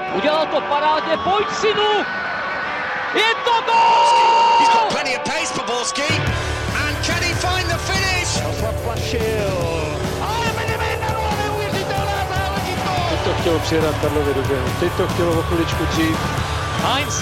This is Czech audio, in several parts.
Udělal to parádně, pojď synu! Je to gól! He's got plenty of pace for Borski. And can he find the finish? Ale Medvedev, neuvěřitelná záležitost! Teď to chtělo přijedat Karlovi do běhu, teď to chtělo o chviličku dřív. Heinz!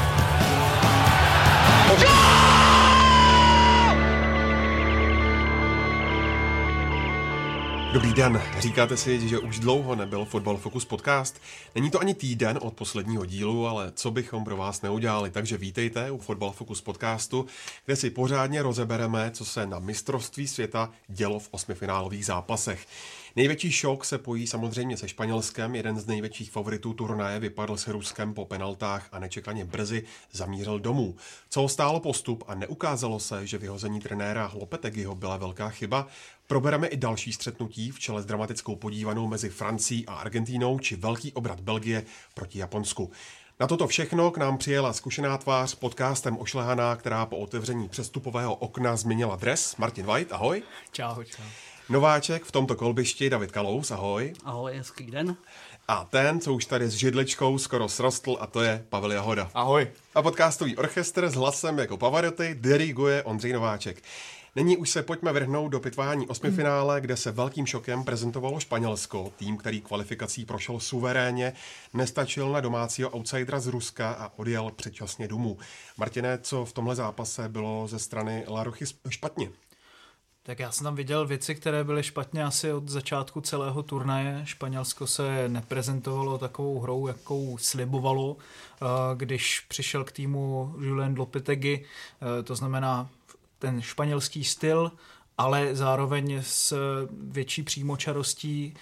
Dobrý den, říkáte si, že už dlouho nebyl Fotbal Focus podcast? Není to ani týden od posledního dílu, ale co bychom pro vás neudělali, takže vítejte u Fotbal Focus podcastu, kde si pořádně rozebereme, co se na mistrovství světa dělo v osmifinálových zápasech. Největší šok se pojí samozřejmě se Španělskem, jeden z největších favoritů turnaje vypadl s Ruskem po penaltách a nečekaně brzy zamířil domů. Co ho stálo postup a neukázalo se, že vyhození trenéra Lopeteguiho byla velká chyba? Probereme i další střetnutí v čele s dramatickou podívanou mezi Francií a Argentínou či velký obrat Belgie proti Japonsku. Na toto všechno k nám přijela zkušená tvář podcastem Ošlehaná, která po otevření přestupového okna změnila dres. Martin White, ahoj. Čau. Nováček v tomto kolbišti David Kalous, ahoj. Ahoj, hezký den. A ten, co už tady s židličkou skoro srostl, a to je Pavel Jahoda. Ahoj. A podcastový orchestr s hlasem jako Pavarotti diriguje Ondřej Nováček. Nyní už se pojďme vrhnout do pitvání osmifinále, kde se velkým šokem prezentovalo Španělsko. Tým, který kvalifikací prošel suverénně, nestačil na domácího outsidera z Ruska a odjel předčasně domů. Martine, co v tomhle zápase bylo ze strany La Rochy špatně? Tak já jsem tam viděl věci, které byly špatně asi od začátku celého turnaje. Španělsko se neprezentovalo takovou hrou, jakou slibovalo, když přišel k týmu Julen Lopetegui, to znamená ten španělský styl, ale zároveň s větší přímočarostí,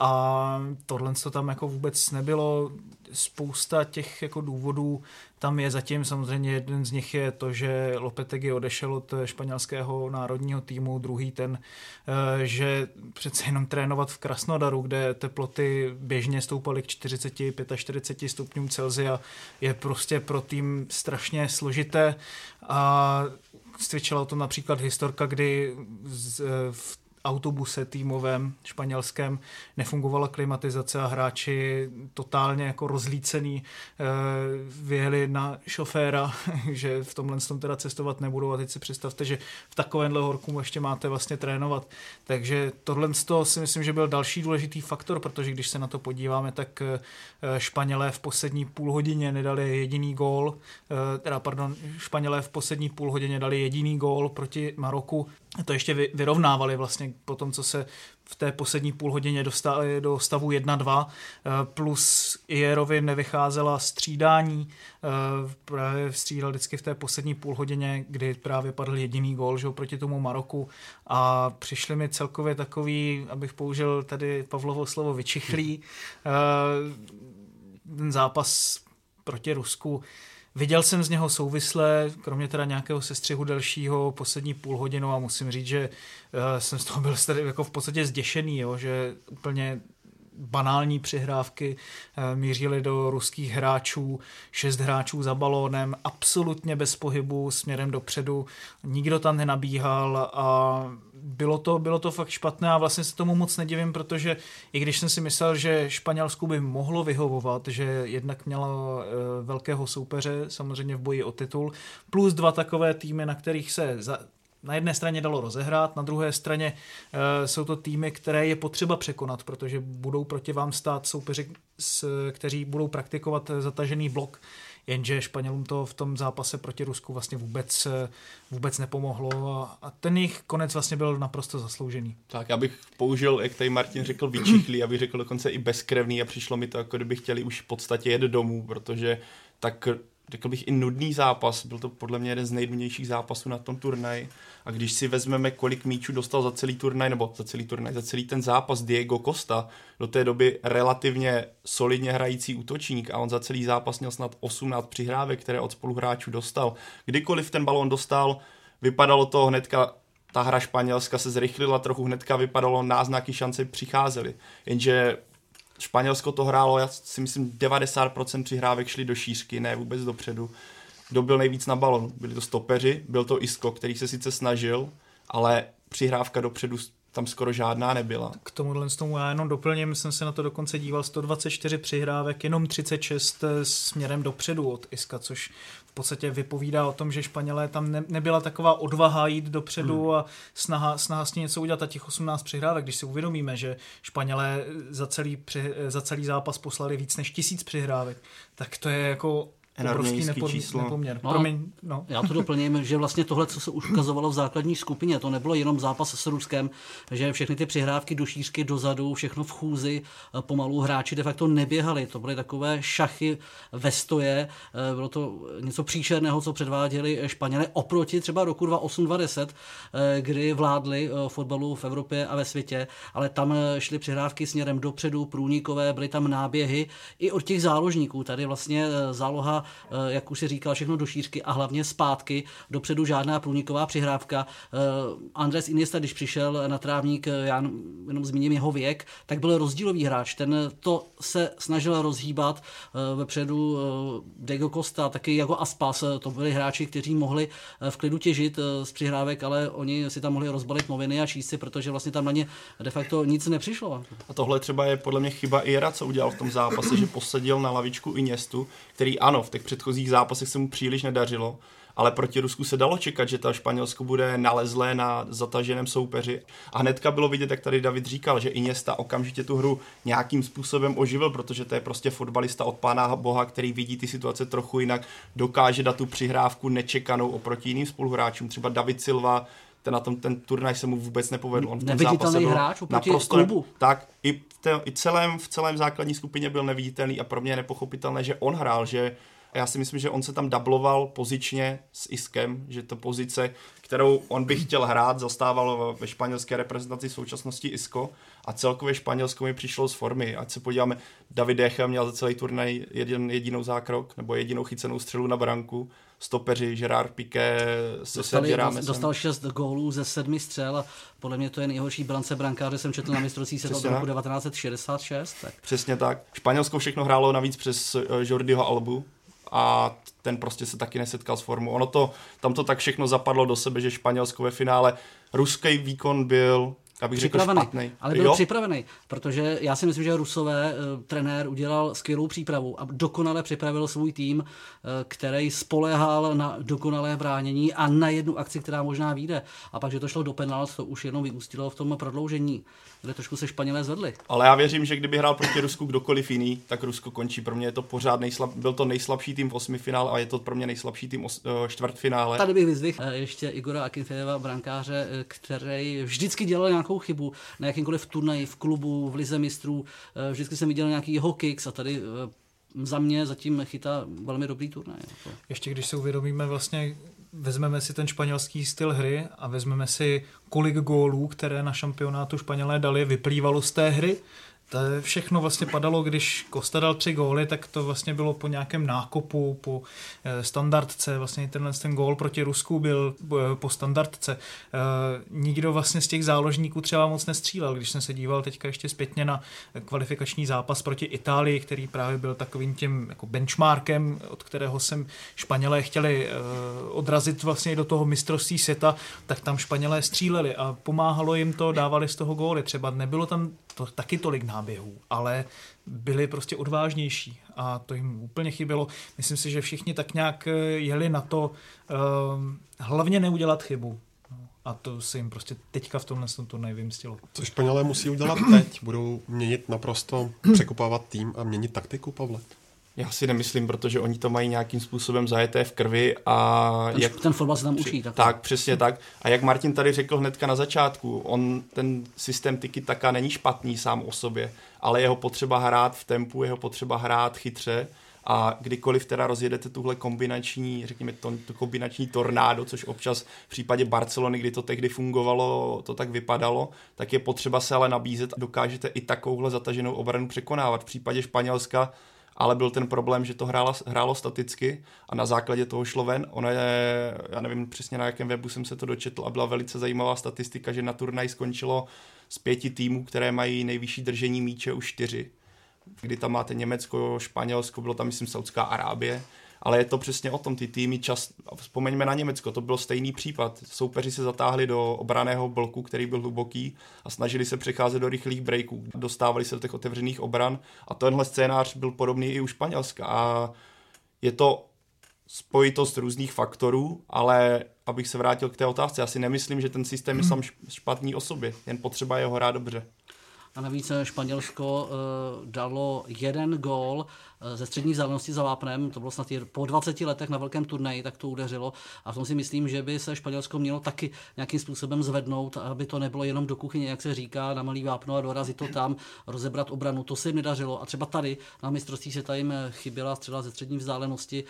a tohle to tam jako vůbec nebylo. Spousta těch jako důvodů tam je zatím, samozřejmě jeden z nich je to, že Lopetegui odešel od španělského národního týmu, druhý ten, že přece jenom trénovat v Krasnodaru, kde teploty běžně stoupaly k 40-45 stupňům Celsia, je prostě pro tým strašně složité, a svědčila o tom například historka, kdy v autobuse týmovém španělském nefungovala klimatizace a hráči totálně jako rozlícený vyjeli na šoféra, že v tomhle tom teda cestovat nebudou, a teď si představte, že v takovémhle horku ještě máte vlastně trénovat. Takže tohle si myslím, že byl další důležitý faktor, protože když se na to podíváme, tak Španělé v poslední půlhodině nedali jediný gól, Španělé v poslední půlhodině dali jediný gól proti Maroku. To ještě vyrovnávali vlastně po tom, co se v té poslední půlhodině dostali do stavu 1-2, plus Ijerovi nevycházela střídání, právě střídal vždycky v té poslední půlhodině, kdy právě padl jediný gól, že, proti tomu Maroku, a přišli mi celkově takový, abych použil tady Pavlovo slovo, vyčichlý. Ten zápas proti Rusku, viděl jsem z něho souvisle, kromě teda nějakého sestřihu delšího, poslední půlhodinu, a musím říct, že jsem z toho byl jako v podstatě zděšený, jo, že úplně banální přihrávky mířily do ruských hráčů, 6 hráčů za balónem, absolutně bez pohybu směrem dopředu, nikdo tam nenabíhal a bylo to fakt špatné, a vlastně se tomu moc nedivím, protože i když jsem si myslel, že Španělsku by mohlo vyhovovat, že jednak mělo velkého soupeře, samozřejmě v boji o titul, plus 2 takové týmy, na kterých se na jedné straně dalo rozehrát, na druhé straně jsou to týmy, které je potřeba překonat, protože budou proti vám stát soupeři, kteří budou praktikovat zatažený blok, jenže Španělům to v tom zápase proti Rusku vlastně vůbec nepomohlo, a ten jejich konec vlastně byl naprosto zasloužený. Tak já bych použil, jak tady Martin řekl, vyčichlý, abych řekl dokonce i bezkrevný, a přišlo mi to, jako kdyby chtěli už v podstatě jet domů, protože tak řekl bych i nudný zápas, byl to podle mě jeden z nejnudnějších zápasů na tom turnaji, a když si vezmeme, kolik míčů dostal za celý celý ten zápas Diego Costa, do té doby relativně solidně hrající útočník, a on za celý zápas měl snad 18 přihrávek, které od spoluhráčů dostal. Kdykoliv ten balón dostal, vypadalo to hnedka, ta hra Španělska se zrychlila trochu, hnedka vypadalo, náznaky šance přicházely, jenže Španělsko to hrálo, já si myslím, 90% přihrávek šli do šířky, ne vůbec dopředu. Kdo byl nejvíc na balonu? Byli to stopeři, byl to Isco, který se sice snažil, ale přihrávka dopředu tam skoro žádná nebyla. K tomuhle já jenom doplním, jsem se na to dokonce díval, 124 přihrávek, jenom 36 směrem dopředu od Iska, což v podstatě vypovídá o tom, že Španělé tam nebyla taková odvaha jít dopředu a snaha s tím něco udělat a těch 18 přihrávek, když si uvědomíme, že Španělé za celý zápas poslali víc než 1000 přihrávek, tak to je jako obrovský nepoměr. No. Já to doplním, že vlastně tohle, co se už ukazovalo v základní skupině, to nebylo jenom zápas s Ruskem, že všechny ty přihrávky do šířky, dozadu, všechno v chůzi, pomalu hráči de facto neběhali. To byly takové šachy ve stoje, bylo to něco příšerného, co předváděli Španělé oproti třeba roku 2008-2010, kdy vládli fotbalu v Evropě a ve světě, ale tam šly přihrávky směrem dopředu, průnikové, byly tam náběhy i od těch záložníků. Tady vlastně záloha, jak už si říkal, všechno do šířky a hlavně zpátky, dopředu žádná průniková přihrávka. Andrés Iniesta, když přišel na trávník, já jenom zmíním jeho věk, tak byl rozdílový hráč. Ten to se snažil rozhýbat vepředu. Diego Costa, taky jako Aspas, to byli hráči, kteří mohli v klidu těžit z přihrávek, ale oni si tam mohli rozbalit noviny a číst si, protože vlastně tam na ně de facto nic nepřišlo. A tohle třeba je podle mě chyba Iera, co udělal v tom zápase, že posadil na lavičku Iniestu, který ano, v těch předchozích zápasech se mu příliš nedařilo, ale proti Rusku se dalo čekat, že ta Španělsko bude nalezlé na zataženém soupeři. A hnedka bylo vidět, jak tady David říkal, že Iniesta okamžitě tu hru nějakým způsobem oživil, protože to je prostě fotbalista od Pána Boha, který vidí ty situace trochu jinak, dokáže dát tu přihrávku nečekanou oproti jiným spoluhráčům. Třeba David Silva, ten turnaj se mu vůbec nepovedl. On v tom zápase byl hráč oproti naprosto klubu. Tak i v celém základní skupině byl neviditelný a pro mě je nepochopitelné, že on hrál, že já si myslím, že on se tam dubloval pozičně s Iskem, že to pozice, kterou on by chtěl hrát, zastával ve španělské reprezentaci v současnosti Isco a celkově Španělsko mi přišlo z formy. Ať se podíváme, David De Gea měl za celý turnaj jedinou zákrok nebo jedinou chycenou střelu na branku. Stopeři, Gerard Piqué se Sergio Ramesem. Dostal 6 gólů ze 7 střel a podle mě to je nejhorší bilance brankáře, jsem četl na mistrovství světa od roku 1966. Tak. Přesně tak. Španělsko všechno hrálo navíc přes Jordiho Albu a ten prostě se taky nesetkal s formou. Tam to tak všechno zapadlo do sebe, že Španělsko ve finále, ruský výkon byl, abych řekl, špatný. Ale byl připravený, protože já si myslím, že Rusové, trenér udělal skvělou přípravu a dokonale připravil svůj tým, který spoléhal na dokonalé bránění a na jednu akci, která možná vyjde. A pak, že to šlo do penalt, to už jenom vyústilo v tom prodloužení, kde trošku se Španělé zvedli. Ale já věřím, že kdyby hrál proti Rusku kdokoliv jiný, tak Rusko končí. Pro mě je to pořád byl to nejslabší tým v 8. finále a je to pro mě nejslabší tým čtvrtfinále. Tady bych vyzdvihl ještě Igora Akinfejeva, brankáře, který vždycky dělal nějakou chybu na jakýmkoliv turnaji, v klubu, v lize mistrů. Vždycky jsem viděl nějaký jeho kicks a tady za mě zatím chytá velmi dobrý turnaj. Ještě když se uvědomíme vlastně, vezmeme si ten španělský styl hry a vezmeme si, kolik gólů, které na šampionátu Španělé dali, vyplývalo z té hry. To všechno vlastně padalo, když Costa dal 3 góly, tak to vlastně bylo po nějakém nákopu, po standardce. Vlastně ten gól proti Rusku byl po standardce. Nikdo vlastně z těch záložníků třeba moc nestřílel. Když jsem se díval teďka ještě zpětně na kvalifikační zápas proti Itálii, který právě byl takovým tím jako benchmarkem, od kterého jsem Španělé chtěli odrazit vlastně do toho mistrovství světa, tak tam Španělé stříleli a pomáhalo jim to, dávali z toho góly. Třeba nebylo tam taky tolik náběhů, ale byli prostě odvážnější a to jim úplně chybělo. Myslím si, že všichni tak nějak jeli na to hlavně neudělat chybu. A to se jim prostě teďka v tomhle turnaji vymstilo. Co Španělé musí udělat teď? Budou měnit naprosto, překopávat tým a měnit taktiku, Pavle? Já si nemyslím, protože oni to mají nějakým způsobem zajeté v krvi a ten fotbal se tam učí. Tak, přesně tak. A jak Martin tady řekl hnedka na začátku, ten systém tiki-taka není špatný sám o sobě, ale jeho potřeba hrát v tempu, jeho potřeba hrát chytře a kdykoliv teda rozjedete tuhle kombinační, řekněme to kombinační tornádo, což občas v případě Barcelony, kdy to tehdy fungovalo, to tak vypadalo, tak je potřeba se ale nabízet a dokážete i takovouhle zataženou obranu překonávat. V případě Španělska ale byl ten problém, že to hrálo staticky a na základě toho šlo ven. Já nevím přesně na jakém webu jsem se to dočetl a byla velice zajímavá statistika, že na turnaj skončilo z 5 týmů, které mají nejvyšší držení míče už 4. Kdy tam máte Německo, Španělsko, bylo tam myslím Saudská Arábie ale je to přesně o tom, ty týmy vzpomeňme na Německo, to byl stejný případ. Soupeři se zatáhli do obranného bloku, který byl hluboký a snažili se přecházet do rychlých breaků. Dostávali se do těch otevřených obran a tenhle scénář byl podobný i u Španělska a je to spojitost různých faktorů, ale abych se vrátil k té otázce, já si nemyslím, že ten systém je sám špatný o sobě, jen potřeba je ho hrát dobře. A navíc Španělsko dalo 1 gól ze střední vzdálenosti za vápnem, to bylo snad po 20 letech na velkém turnaji, tak to udeřilo a v tom si myslím, že by se Španělsko mělo taky nějakým způsobem zvednout, aby to nebylo jenom do kuchyně, jak se říká, na malý vápno a dorazit to tam, rozebrat obranu, to se jim nedařilo a třeba tady na mistrovství se jim chyběla střela ze střední vzdálenosti.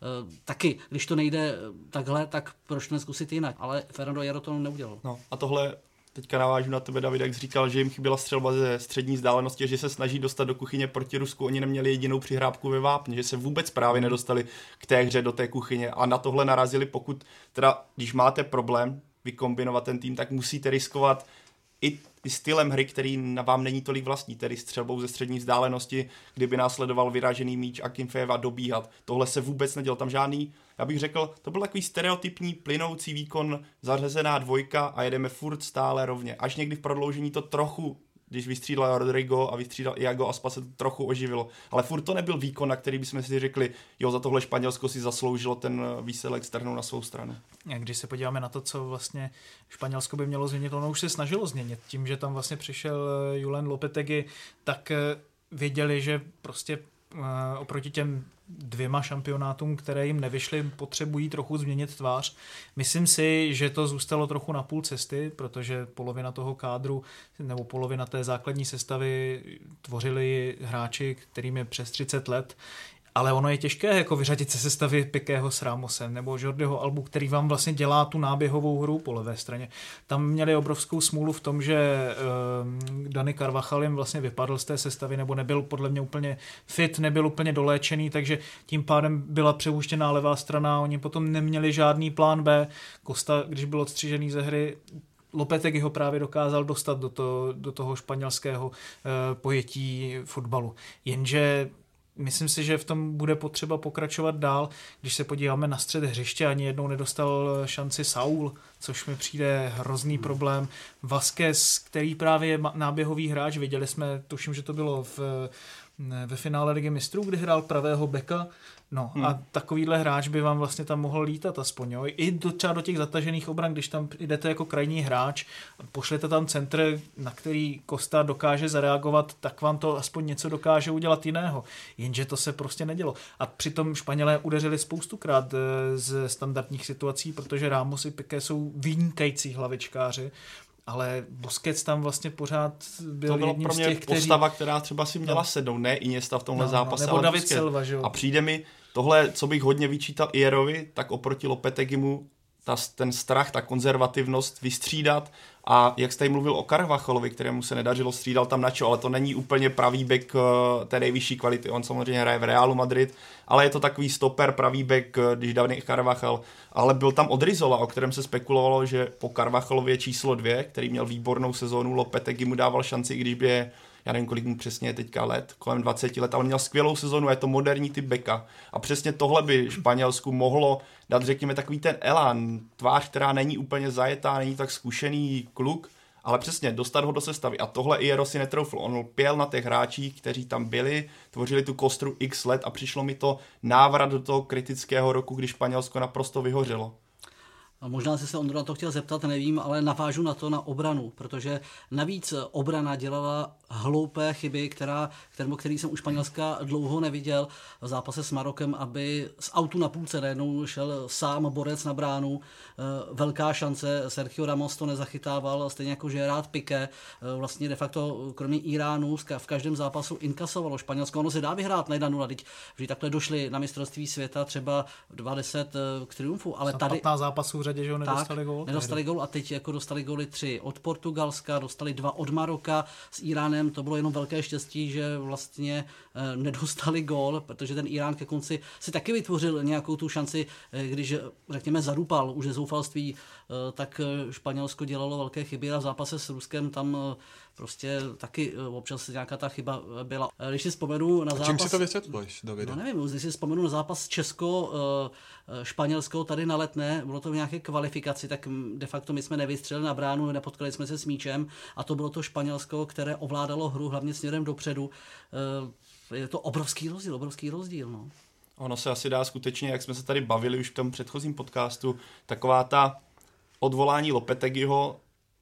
Taky, když to nejde takhle, tak proč neskusit jinak, ale Fernando Hierro to neudělal. No a tohle teďka navážu na tebe, David, jak jsi říkal, že jim chyběla střelba ze střední vzdálenosti, že se snaží dostat do kuchyně proti Rusku. Oni neměli jedinou přihrávku ve vápně, že se vůbec právě nedostali k té hře do té kuchyně a na tohle narazili, pokud teda, když máte problém vykombinovat ten tým, tak musíte riskovat i stylem hry, který vám není tolik vlastní, tedy střelbou ze střední vzdálenosti, kdyby následoval vyražený míč a Kimfejeva dobíhat. Tohle se vůbec nedělo, tam žádný, já bych řekl, to byl takový stereotypní plynoucí výkon, zařazená dvojka a jedeme furt stále rovně. Až někdy v prodloužení to trochu, když vystřídal Rodrigo a vystřídal Iago Aspas, se to trochu oživilo. Ale furt to nebyl výkon, na který bychom si řekli, jo, za tohle Španělsko si zasloužilo ten výsledek strhnout na svou stranu. Když se podíváme na to, co vlastně Španělsko by mělo změnit, ono už se snažilo změnit. Tím, že tam vlastně přišel Julen Lopetegui, tak věděli, že prostě oproti těm 2 šampionátům, které jim nevyšly, potřebují trochu změnit tvář. Myslím si, že to zůstalo trochu na půl cesty, protože polovina toho kádru nebo polovina té základní sestavy tvořili hráči, kterým je přes 30 let. Ale ono je těžké jako vyřadit se sestavy Piquého s Ramosem nebo Jordiho Albu, který vám vlastně dělá tu náběhovou hru po levé straně. Tam měli obrovskou smůlu v tom, že Dani Carvajal jim vlastně vypadl z té sestavy nebo nebyl podle mě úplně fit, nebyl úplně doléčený, takže tím pádem byla přehuštěná levá strana, oni potom neměli žádný plán B. Costa, když byl odstřižený ze hry, Lopetegui ho právě dokázal dostat do toho španělského pojetí fotbalu. Jenže myslím si, že v tom bude potřeba pokračovat dál. Když se podíváme na střed hřiště, ani jednou nedostal šanci Saúl, což mi přijde hrozný problém. Vázquez, který právě je náběhový hráč, viděli jsme, tuším, že to bylo ve finále Ligy mistrů, kdy hrál pravého beka. No a takovýhle hráč by vám vlastně tam mohl lítat aspoň. Jo? I třeba do těch zatažených obran, když tam jdete jako krajní hráč, pošlete tam centr, na který Costa dokáže zareagovat, tak vám to aspoň něco dokáže udělat jiného. Jenže to se prostě nedělo. A přitom Španělé udeřili spoustukrát z standardních situací, protože Ramos i Piqué jsou vynikající hlavičkáři. Ale Busquets tam vlastně pořád byl jedním z těch, kteří... To byla pro mě postava, která třeba si měla sednout, ne Iniesta v tomhle zápase. Nebo David Silva, že jo. A přijde mi tohle, co bych hodně vyčítal Hierrovi, tak oproti Lopeteguimu ten strach, ta konzervativnost vystřídat a jak jste mluvil o Carvajalovi, kterému se nedařilo, střídal tam načo, ale to není úplně pravý back té nejvyšší kvality. On samozřejmě hraje v Realu Madrid, ale je to takový stoper, pravý back, když dávný Carvajal. Ale byl tam Odrizola, o kterém se spekulovalo, že po Carvajalovi je číslo 2, který měl výbornou sezónu, Lopetegui mu dával šanci, i když by je, já nevím, kolik mu přesně je teďka let, kolem 20 let, ale měl skvělou sezonu, je to moderní typ beka. A přesně tohle by Španělsku mohlo dát, řekněme, takový ten elán, tvář, která není úplně zajetá, není tak zkušený kluk, ale přesně dostat ho do sestavy. A tohle Hierro si netroufl. On pěl na těch hráčích, kteří tam byli, tvořili tu kostru x let a přišlo mi to návrat do toho kritického roku, kdy Španělsko naprosto vyhořelo. A možná jsi se Ondro na to chtěl zeptat, nevím, ale navážu na to na obranu, protože navíc obrana dělala hloupé chyby, který jsem u Španělska dlouho neviděl v zápase s Marokem, aby z autu na půlce najednou šel sám borec na bránu, velká šance, Sergio Ramos to nezachytával, stejně jako Gerard Piqué, vlastně de facto kromě Iránu v každém zápasu inkasovalo Španělsko, ono se dá vyhrát na 1-0, teď vždy takhle došli na mistrovství světa třeba 20 k triumfu, ale tady 15 zápasů v řadě, že nedostali gól. Nedostali gól a teď jako dostali góly 3 od Portugalska, dostali 2 od Maroka, s Iránem to bylo jenom velké štěstí, že vlastně nedostali gól, protože ten Irán ke konci si taky vytvořil nějakou tu šanci, když řekněme zadupal už ze zoufalství, tak Španělsko dělalo velké chyby a v zápase s Ruskem tam prostě taky občas nějaká ta chyba byla. Když si vzpomenu na zápas... Čím si to vysvětluješ, Davide? No nevím, když si vzpomenu na zápas Česko-Španělsko tady na Letné, bylo to v nějaké kvalifikaci, tak de facto my jsme nevystřelili na bránu, nepotkali jsme se s míčem a to bylo to Španělsko, které ovládalo hru hlavně směrem dopředu. Je to obrovský rozdíl. No. Ono se asi dá skutečně, jak jsme se tady bavili už v tom předchozím podcastu, taková ta odvolání Lopeteguiho,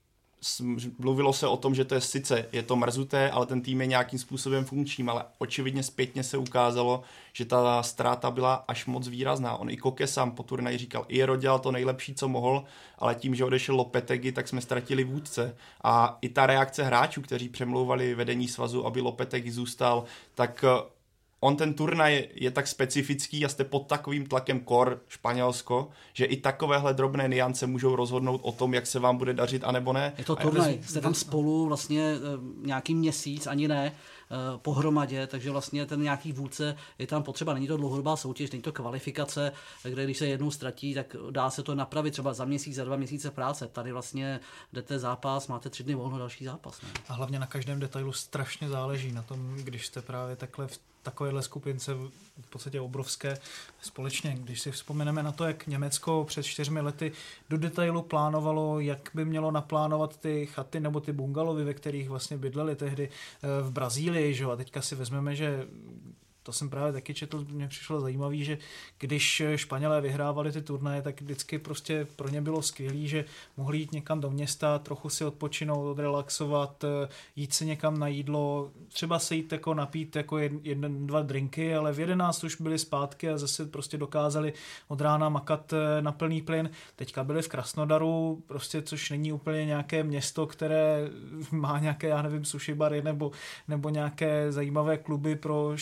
mluvilo se o tom, že to je sice, je to mrzuté, ale ten tým je nějakým způsobem funkčním, ale očividně zpětně se ukázalo, že ta ztráta byla až moc výrazná. On i Koke sám po turnaji říkal, Hierro dělal to nejlepší, co mohl, ale tím, že odešel Lopetegui, tak jsme ztratili vůdce. A i ta reakce hráčů, kteří přemlouvali vedení svazu, aby Lopetegui zůstal, tak on ten turnaj je tak specifický a jste pod takovým tlakem kor Španělsko, že i takovéhle drobné nuance můžou rozhodnout o tom, jak se vám bude dařit, anebo ne. Je to turnaj, jste tam spolu vlastně nějaký měsíc, ani ne, pohromadě, takže vlastně ten nějaký vůdce je tam potřeba. Není to dlouhodobá soutěž, není to kvalifikace, kde když se jednou ztratí, tak dá se to napravit třeba za měsíc, za 2 měsíce práce. Tady vlastně jdete zápas, máte 3 dny volno, další zápas. Ne? A hlavně na každém detailu strašně záleží na tom, když jste právě takhle v takovéhle skupince v podstatě obrovské společně. Když si vzpomeneme na to, jak Německo před 4 lety do detailu plánovalo, jak by mělo naplánovat ty chaty nebo ty bungalovy, ve kterých vlastně bydleli tehdy v Brazílii, že? A teďka si vezmeme, že to jsem právě taky četl, mně přišlo zajímavý, že když Španělé vyhrávali ty turnaje, tak vždycky prostě pro ně bylo skvělý, že mohli jít někam do města, trochu si odpočinout, odrelaxovat, jít si někam na jídlo, třeba se jít jako napít jako 1-2 drinky, ale v 11 už byli zpátky a zase prostě dokázali od rána makat na plný plyn. Teďka byli v Krasnodaru, prostě, což není úplně nějaké město, které má nějaké, já nevím, sushi bary nebo nějaké zajímavé kluby pro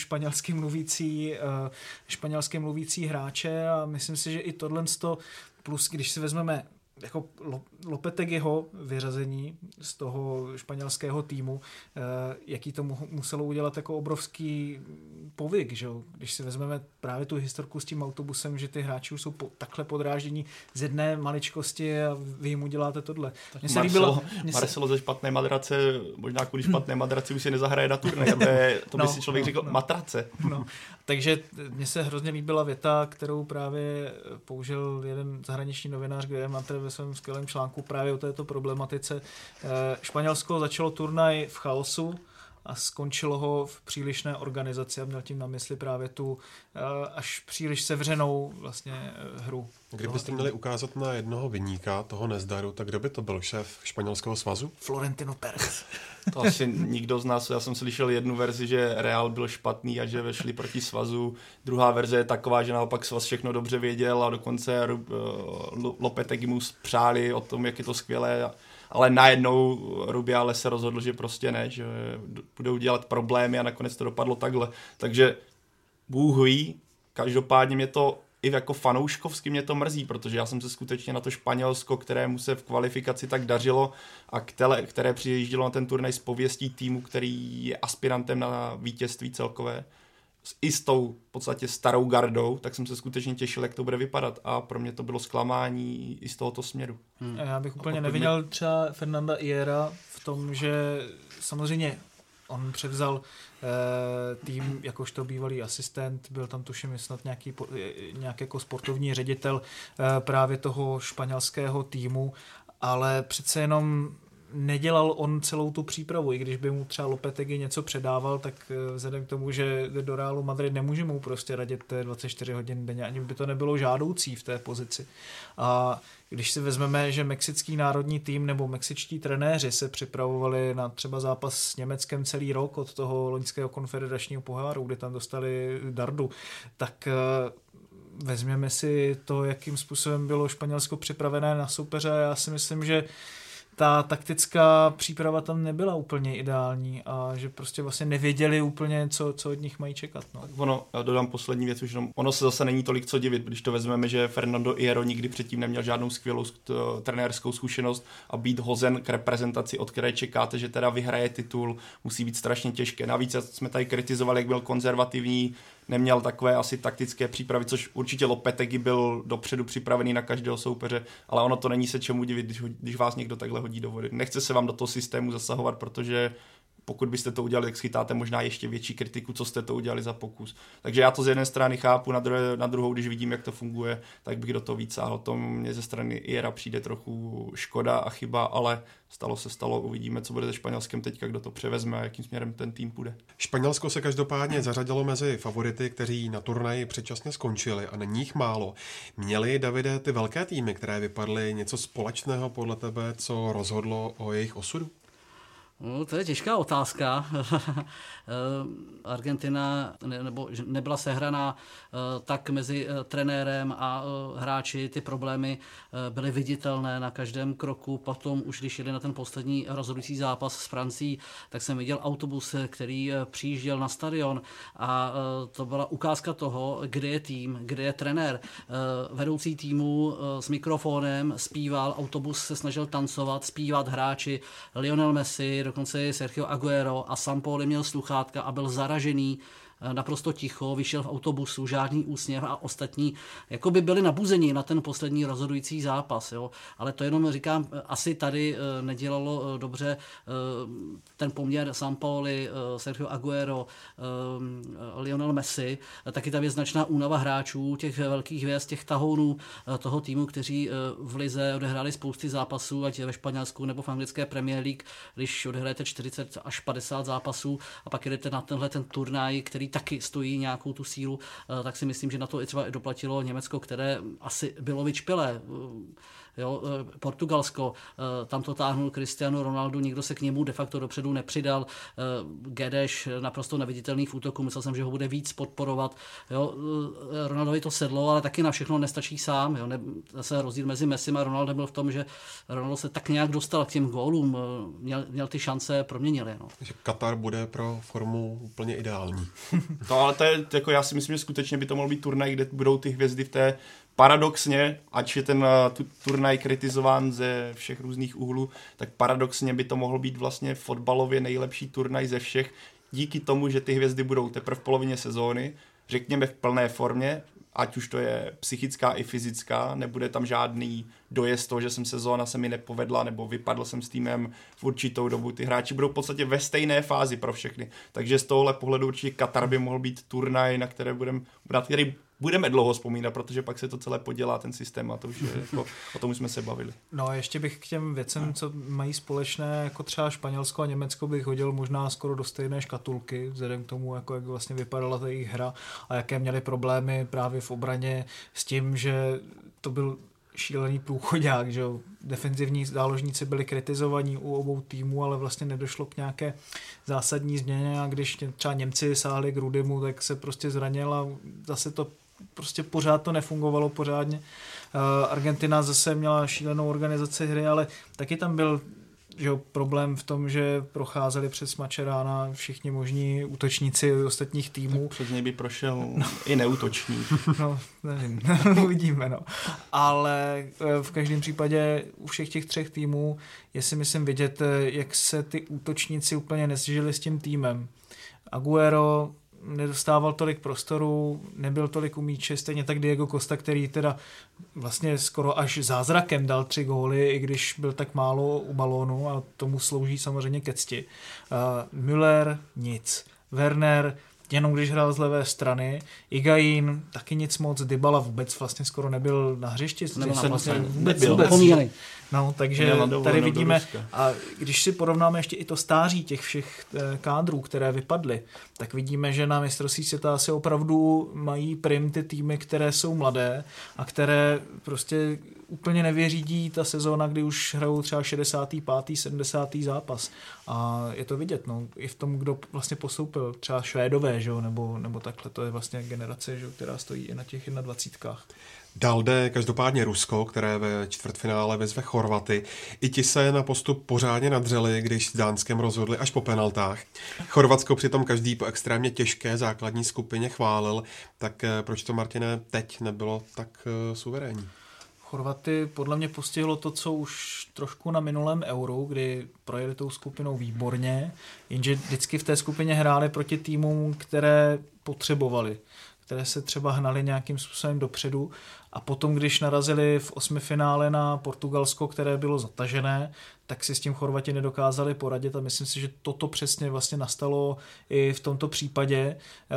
španělsky mluvící hráče a myslím si, že i tohle plus, když si vezmeme jako Lopeteguiho vyřazení z toho španělského týmu, jaký to muselo udělat jako obrovský povyk, že? Když si vezmeme právě tu historku s tím autobusem, že ty hráči už jsou takhle podráždění z jedné maličkosti a vy jim uděláte tohle. Marcelo ze špatné madrace, možná kvůli špatné madraci už si nezahraje na turnaj, to by si člověk řekl matrace. No. Takže mně se hrozně líbila věta, kterou právě použil jeden zahraniční novinář, kde mám tady ve svém skvělém článku právě o této problematice. Španělsko začalo turnaj v chaosu a skončilo ho v přílišné organizaci a měl tím na mysli právě tu až příliš sevřenou vlastně hru. Kdybyste měli ukázat na jednoho viníka toho nezdaru, tak kdo by to byl, šéf španělského svazu? Florentino Pérez. To asi nikdo z nás, já jsem slyšel jednu verzi, že Real byl špatný a že vešli proti svazu. Druhá verze je taková, že naopak svaz všechno dobře věděl a dokonce Lopetegui mu přáli o tom, jak je to skvělé. Ale najednou Rubiales se rozhodl, že prostě ne, že budou dělat problémy a nakonec to dopadlo takhle. Takže Bůh ví, každopádně mě to i jako fanouškovsky mě to mrzí, protože já jsem se skutečně na to Španělsko, kterému se v kvalifikaci tak dařilo a které přijíždělo na ten turnaj s pověstí týmu, který je aspirantem na vítězství celkové, i s tou v podstatě starou gardou, tak jsem se skutečně těšil, jak to bude vypadat a pro mě to bylo zklamání i z tohoto směru. Já bych úplně neviděl třeba Fernanda Hierra v tom, že samozřejmě on převzal tým jakožto bývalý asistent, byl tam tuším snad nějaký jako sportovní ředitel právě toho španělského týmu, ale přece jenom nedělal on celou tu přípravu, i když by mu třeba Lopetegui něco předával, tak vzhledem k tomu, že do Realu Madrid nemůže mu prostě radit 24 hodin denně, ani by to nebylo žádoucí v té pozici. A když si vezmeme, že mexický národní tým nebo mexičtí trenéři se připravovali na třeba zápas s Německem celý rok od toho loňského konfederačního poháru, kde tam dostali dardu, tak vezměme si to, jakým způsobem bylo Španělsko připravené na soupeře. Já si myslím, že ta taktická příprava tam nebyla úplně ideální a že prostě vlastně nevěděli úplně, co od nich mají čekat. No. Ono, já dodám poslední věc, už ono se zase není tolik co divit, když to vezmeme, že Fernando Hierro nikdy předtím neměl žádnou skvělou trenérskou zkušenost a být hozen k reprezentaci, od které čekáte, že teda vyhraje titul, musí být strašně těžké. Navíc jsme tady kritizovali, jak byl konzervativní neměl takové asi taktické přípravy, což určitě Lopetegui byl dopředu připravený na každého soupeře, ale ono to není se čemu divit, když vás někdo takhle hodí do vody. Nechce se vám do toho systému zasahovat, protože pokud byste to udělali, tak schytáte možná ještě větší kritiku, co jste to udělali za pokus. Takže já to z jedné strany chápu, na druhou, když vidím, jak to funguje, tak bych do toho víc sáhl. To mě ze strany Iera přijde trochu škoda a chyba, ale stalo, uvidíme, co bude se Španělskem teďka, kdo to převezme a jakým směrem ten tým půjde. Španělsko se každopádně zařadilo mezi favority, kteří na turnaji předčasně skončili a není jich málo. Měli, Davide, ty velké týmy, které vypadly, něco společného podle tebe, co rozhodlo o jejich osudu? No, to je těžká otázka. Argentina nebyla sehraná tak mezi trenérem a hráči, ty problémy byly viditelné na každém kroku. Potom už když jeli na ten poslední rozhodující zápas s Francií, tak jsem viděl autobus, který přijížděl na stadion a to byla ukázka toho, kde je tým, kde je trenér. Vedoucí týmu s mikrofonem zpíval, autobus se snažil tancovat, zpívat hráči, Lionel Messi, dokonce Sergio Aguero a Sampaoli měl sluchátka a byl zaražený, naprosto ticho, vyšel v autobusu, žádný úsměv a ostatní jako by byli nabuzeni na ten poslední rozhodující zápas. Jo? Ale to jenom říkám, asi tady nedělalo dobře ten poměr Sampaoli, Sergio Aguero, Lionel Messi. Taky tam je značná únava hráčů, těch velkých hvězd, těch tahounů toho týmu, kteří v lize odehráli spousty zápasů, ať ve Španělsku nebo v anglické Premier League, když odehrajete 40 až 50 zápasů a pak jdete na tenhle ten turnaj, který taky stojí nějakou tu sílu, tak si myslím, že na to i třeba doplatilo Německo, které asi bylo vyčpělé. Jo, Portugalsko, tam to táhnul Cristiano Ronaldo, nikdo se k němu de facto dopředu nepřidal. Gedeš naprosto neviditelný v útoku, myslel jsem, že ho bude víc podporovat. Jo, Ronaldovi to sedlo, ale taky na všechno nestačí sám. Jo. Zase rozdíl mezi Messim a Ronaldem byl v tom, že Ronaldo se tak nějak dostal k těm gólům, měl ty šance, proměnili. No. Takže Katar bude pro formu úplně ideální. Ale to je, jako já si myslím, že skutečně by to mohl být turnaj, kde budou ty hvězdy v té paradoxně, ať je ten turnaj kritizován ze všech různých úhlů, tak paradoxně by to mohl být vlastně fotbalově nejlepší turnaj ze všech, díky tomu, že ty hvězdy budou teprve v polovině sezóny, řekněme v plné formě, ať už to je psychická i fyzická, nebude tam žádný dojezd toho, že sezóna se mi nepovedla, nebo vypadl jsem s týmem v určitou dobu. Ty hráči budou v podstatě ve stejné fázi pro všechny. Takže z tohohle pohledu určitě Katar by mohl být turnaj, na který budeme dlouho vzpomínat, protože pak se to celé podělá, ten systém, a to už je, jako, o tom už jsme se bavili. No a ještě bych k těm věcem, co mají společné, jako třeba Španělsko a Německo, bych hodil možná skoro do stejné škatulky, vzhledem k tomu, jako jak vlastně vypadala ta jejich hra a jaké měly problémy právě v obraně s tím, že to byl šílený průchodák, že defenzivní záložníci byli kritizovaní u obou týmů, ale vlastně nedošlo k nějaké zásadní změně a když třeba Němci sáhli k Rudimu, tak se prostě zranil a zase to prostě pořád to nefungovalo pořádně. Argentina zase měla šílenou organizaci hry, ale taky tam byl problém v tom, že procházeli přes Macherána všichni možní útočníci ostatních týmů. Tak před něj by prošel i neútočník. No, nevím, uvidíme, no. Ale v každém případě u všech těch třech týmů je si myslím vidět, jak se ty útočníci úplně nesžili s tím týmem. Aguero nedostával tolik prostoru, nebyl tolik u míče, stejně tak Diego Costa, který teda vlastně skoro až zázrakem dal 3 góly, i když byl tak málo u balónu a tomu slouží samozřejmě ke cti. Müller nic. Werner jenom když hrál z levé strany. Higuaín taky nic moc. Dybala vůbec vlastně skoro nebyl na hřišti. Vůbec. No, takže tady vidíme, a když si porovnáme ještě i to stáří těch všech kádrů, které vypadly, tak vidíme, že na mistrovství světa asi opravdu mají prim ty týmy, které jsou mladé a které prostě úplně nevyřídí ta sezóna, kdy už hrajou třeba 65. 70. zápas. A je to vidět, no, i v tom, kdo vlastně postoupil, třeba Švédové, že? Nebo takhle, to je vlastně generace, že? Která stojí i na těch 21. Dál jde každopádně Rusko, které ve čtvrtfinále vyzve Chorvaty. I ti se na postup pořádně nadřeli, když s Dánskem rozhodli až po penaltách. Chorvatsko přitom každý po extrémně těžké základní skupině chválil, tak proč to, Martine, teď nebylo tak suverénní? Chorvaty podle mě postihlo to, co už trošku na minulém Euru, kdy projeli tou skupinou výborně, jenže vždycky v té skupině hráli proti týmům, které potřebovali, které se třeba hnali nějakým způsobem dopředu a potom, když narazili v osmifinále na Portugalsko, které bylo zatažené, tak si s tím Chorvati nedokázali poradit a myslím si, že toto přesně vlastně nastalo i v tomto případě.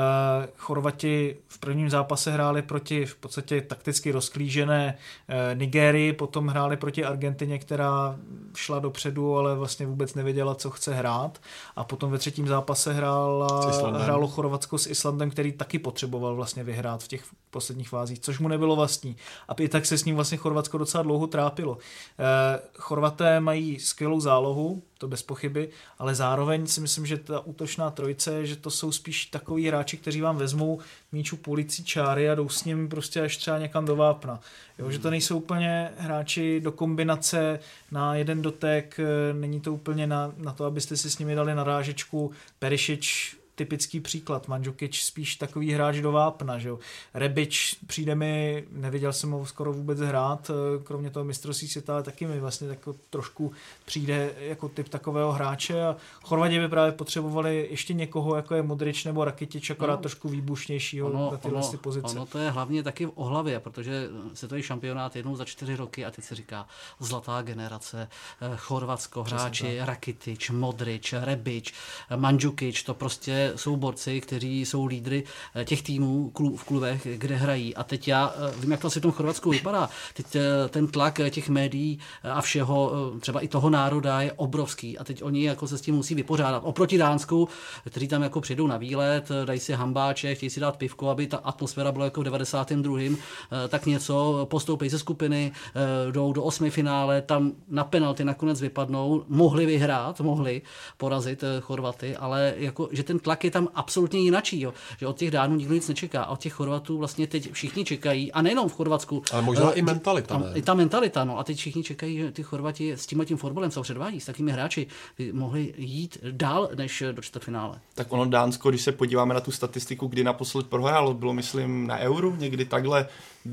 Chorvati v prvním zápase hráli proti v podstatě takticky rozklížené Nigérii, potom hráli proti Argentině, která šla dopředu, ale vlastně vůbec nevěděla, co chce hrát a potom ve třetím zápase hrálo Chorvatsko s Islandem, který taky potřeboval vlastně vyhrát v těch posledních fázích, což mu nebylo vlastní. A i tak se s ním vlastně Chorvatsko docela dlouho trápilo. Chorvaté mají skvělou zálohu, to bez pochyby, ale zároveň si myslím, že ta útočná trojice, že to jsou spíš takový hráči, kteří vám vezmou míč u policí čáry a jdou s ním prostě až třeba někam do vápna. Jo, že to nejsou úplně hráči do kombinace na jeden dotek, není to úplně na to, abyste si s nimi dali narážečku. Perišič, typický příklad, Mandžukić spíš takový hráč do vápna, že jo. Rebić přijde mi, neviděl jsem ho skoro vůbec hrát, kromě toho mistrovství světa, ale taky mi vlastně tak trošku přijde jako typ takového hráče a Chorvati by právě potřebovali ještě někoho, jako je Modrić nebo Rakitić, akorát trošku výbušnějšího na tyhle pozice. Ono to je hlavně taky o hlavě, protože světový šampionát jednou za 4 roky a teď se říká zlatá generace, Chorvatsko, hráči Rakitić, Modrić, Rebić, Mandžukić, to prostě jsou borci, kteří jsou lídry těch týmů v klubech, kde hrají. A teď já vím, jak to asi v tom Chorvatsku vypadá. Teď ten tlak těch médií a všeho, třeba i toho národa je obrovský. A teď oni jako se s tím musí vypořádat. Oproti Dánsku, kteří tam jako přijdou na výlet, dají si hambáče, chtějí si dát pivko, aby ta atmosféra byla jako v 92. Tak něco, postoupí ze skupiny, jdou do 8. finále, tam na penalty nakonec vypadnou, mohli porazit Chorvaty, ale jako, že ten tlak je tam absolutně jinačí, jo. Že od těch Dánů nikdo nic nečeká a od těch Chorvatů vlastně teď všichni čekají, a nejenom v Chorvatsku. Ale možná i mentalita, ne? I ta mentalita, no. A teď všichni čekají, že ty Chorvati s tím fotbalem, co předvádí, s takovými hráči, by mohli jít dál než do čtvrtfinále. Tak ono Dánsko, když se podíváme na tu statistiku, kdy naposled prohrálo, bylo myslím na Euru, někdy takhle,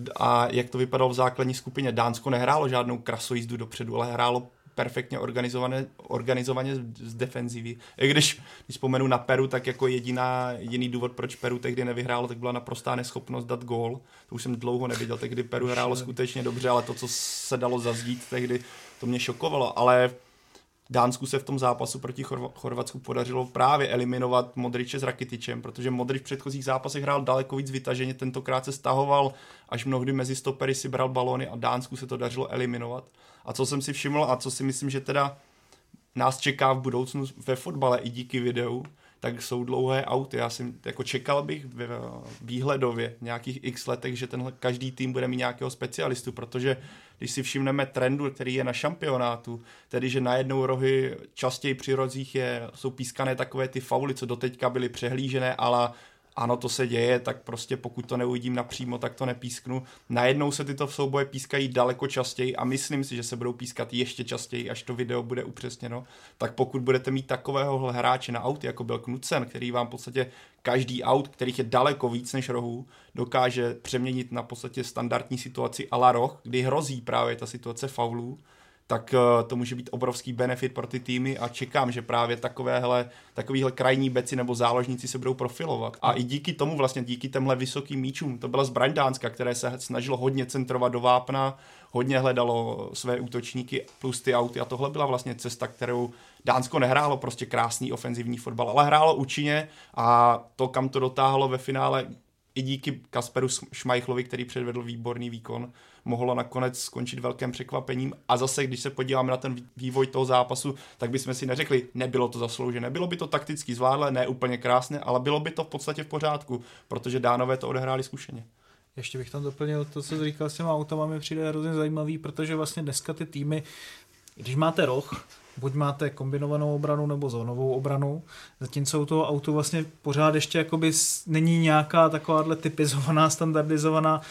a jak to vypadalo v základní skupině. Dánsko nehrálo žádnou krasojízdu dopředu, ale hrálo perfektně organizovaně z defenzivy. I když vzpomenu na Peru, tak jako jediný důvod, proč Peru tehdy nevyhrálo, tak byla naprostá neschopnost dát gól. To už jsem dlouho neviděl, tehdy Peru hrálo skutečně dobře, ale to, co se dalo zazdít tehdy, to mě šokovalo. Ale Dánsku se v tom zápasu proti Chorvatsku podařilo právě eliminovat Modriče s Rakitičem, protože Modrič v předchozích zápasech hrál daleko víc vytaženě, tentokrát se stahoval, až mnohdy mezi stopery si bral balony a Dánsku se to dařilo eliminovat. A co jsem si všiml a co si myslím, že teda nás čeká v budoucnu ve fotbale i díky videu, tak jsou dlouhé auty. Já jsem jako čekal bych výhledově nějakých x letech, že každý tým bude mít nějakého specialistu, protože když si všimneme trendu, který je na šampionátu, tedy že najednou rohy častěji při rozích jsou pískané takové ty fauly, co doteďka byly přehlížené, ale ano, to se děje, tak prostě pokud to neuvidím napřímo, tak to nepísknu. Najednou se tyto souboje pískají daleko častěji a myslím si, že se budou pískat ještě častěji, až to video bude upřesněno. Tak pokud budete mít takového hráče na autě, jako byl Knudsen, který vám v podstatě každý aut, kterých je daleko víc než rohů, dokáže přeměnit na podstatě standardní situaci a la roh, kdy hrozí právě ta situace faulů, tak to může být obrovský benefit pro ty týmy a čekám, že právě takovýhle krajní beci nebo záložníci se budou profilovat. A i díky tomu, vlastně díky těmhle vysokým míčům, to byla zbraň Dánska, které se snažilo hodně centrovat do vápna, hodně hledalo své útočníky plus ty auty a tohle byla vlastně cesta, kterou Dánsko nehrálo prostě krásný ofenzivní fotbal, ale hrálo účinně a to, kam to dotáhlo ve finále, i díky Kasperu Schmeichlovi, který předvedl výborný výkon, mohlo nakonec skončit velkým překvapením. A zase, když se podíváme na ten vývoj toho zápasu, tak bychom si neřekli, nebylo to zasloužené. Bylo by to takticky zvládlé, ne úplně krásné, ale bylo by to v podstatě v pořádku, protože Dánové to odehráli zkušeně. Ještě bych tam doplnil to, co jsi říkal s těma autama, mi přijde hrozně zajímavý, protože vlastně dneska ty týmy, když máte roh, buď máte kombinovanou obranu nebo zónovou obranu, zatímco u toho autu vlastně pořád ještě jakoby není nějaká takováhle typizovaná, standardizovaná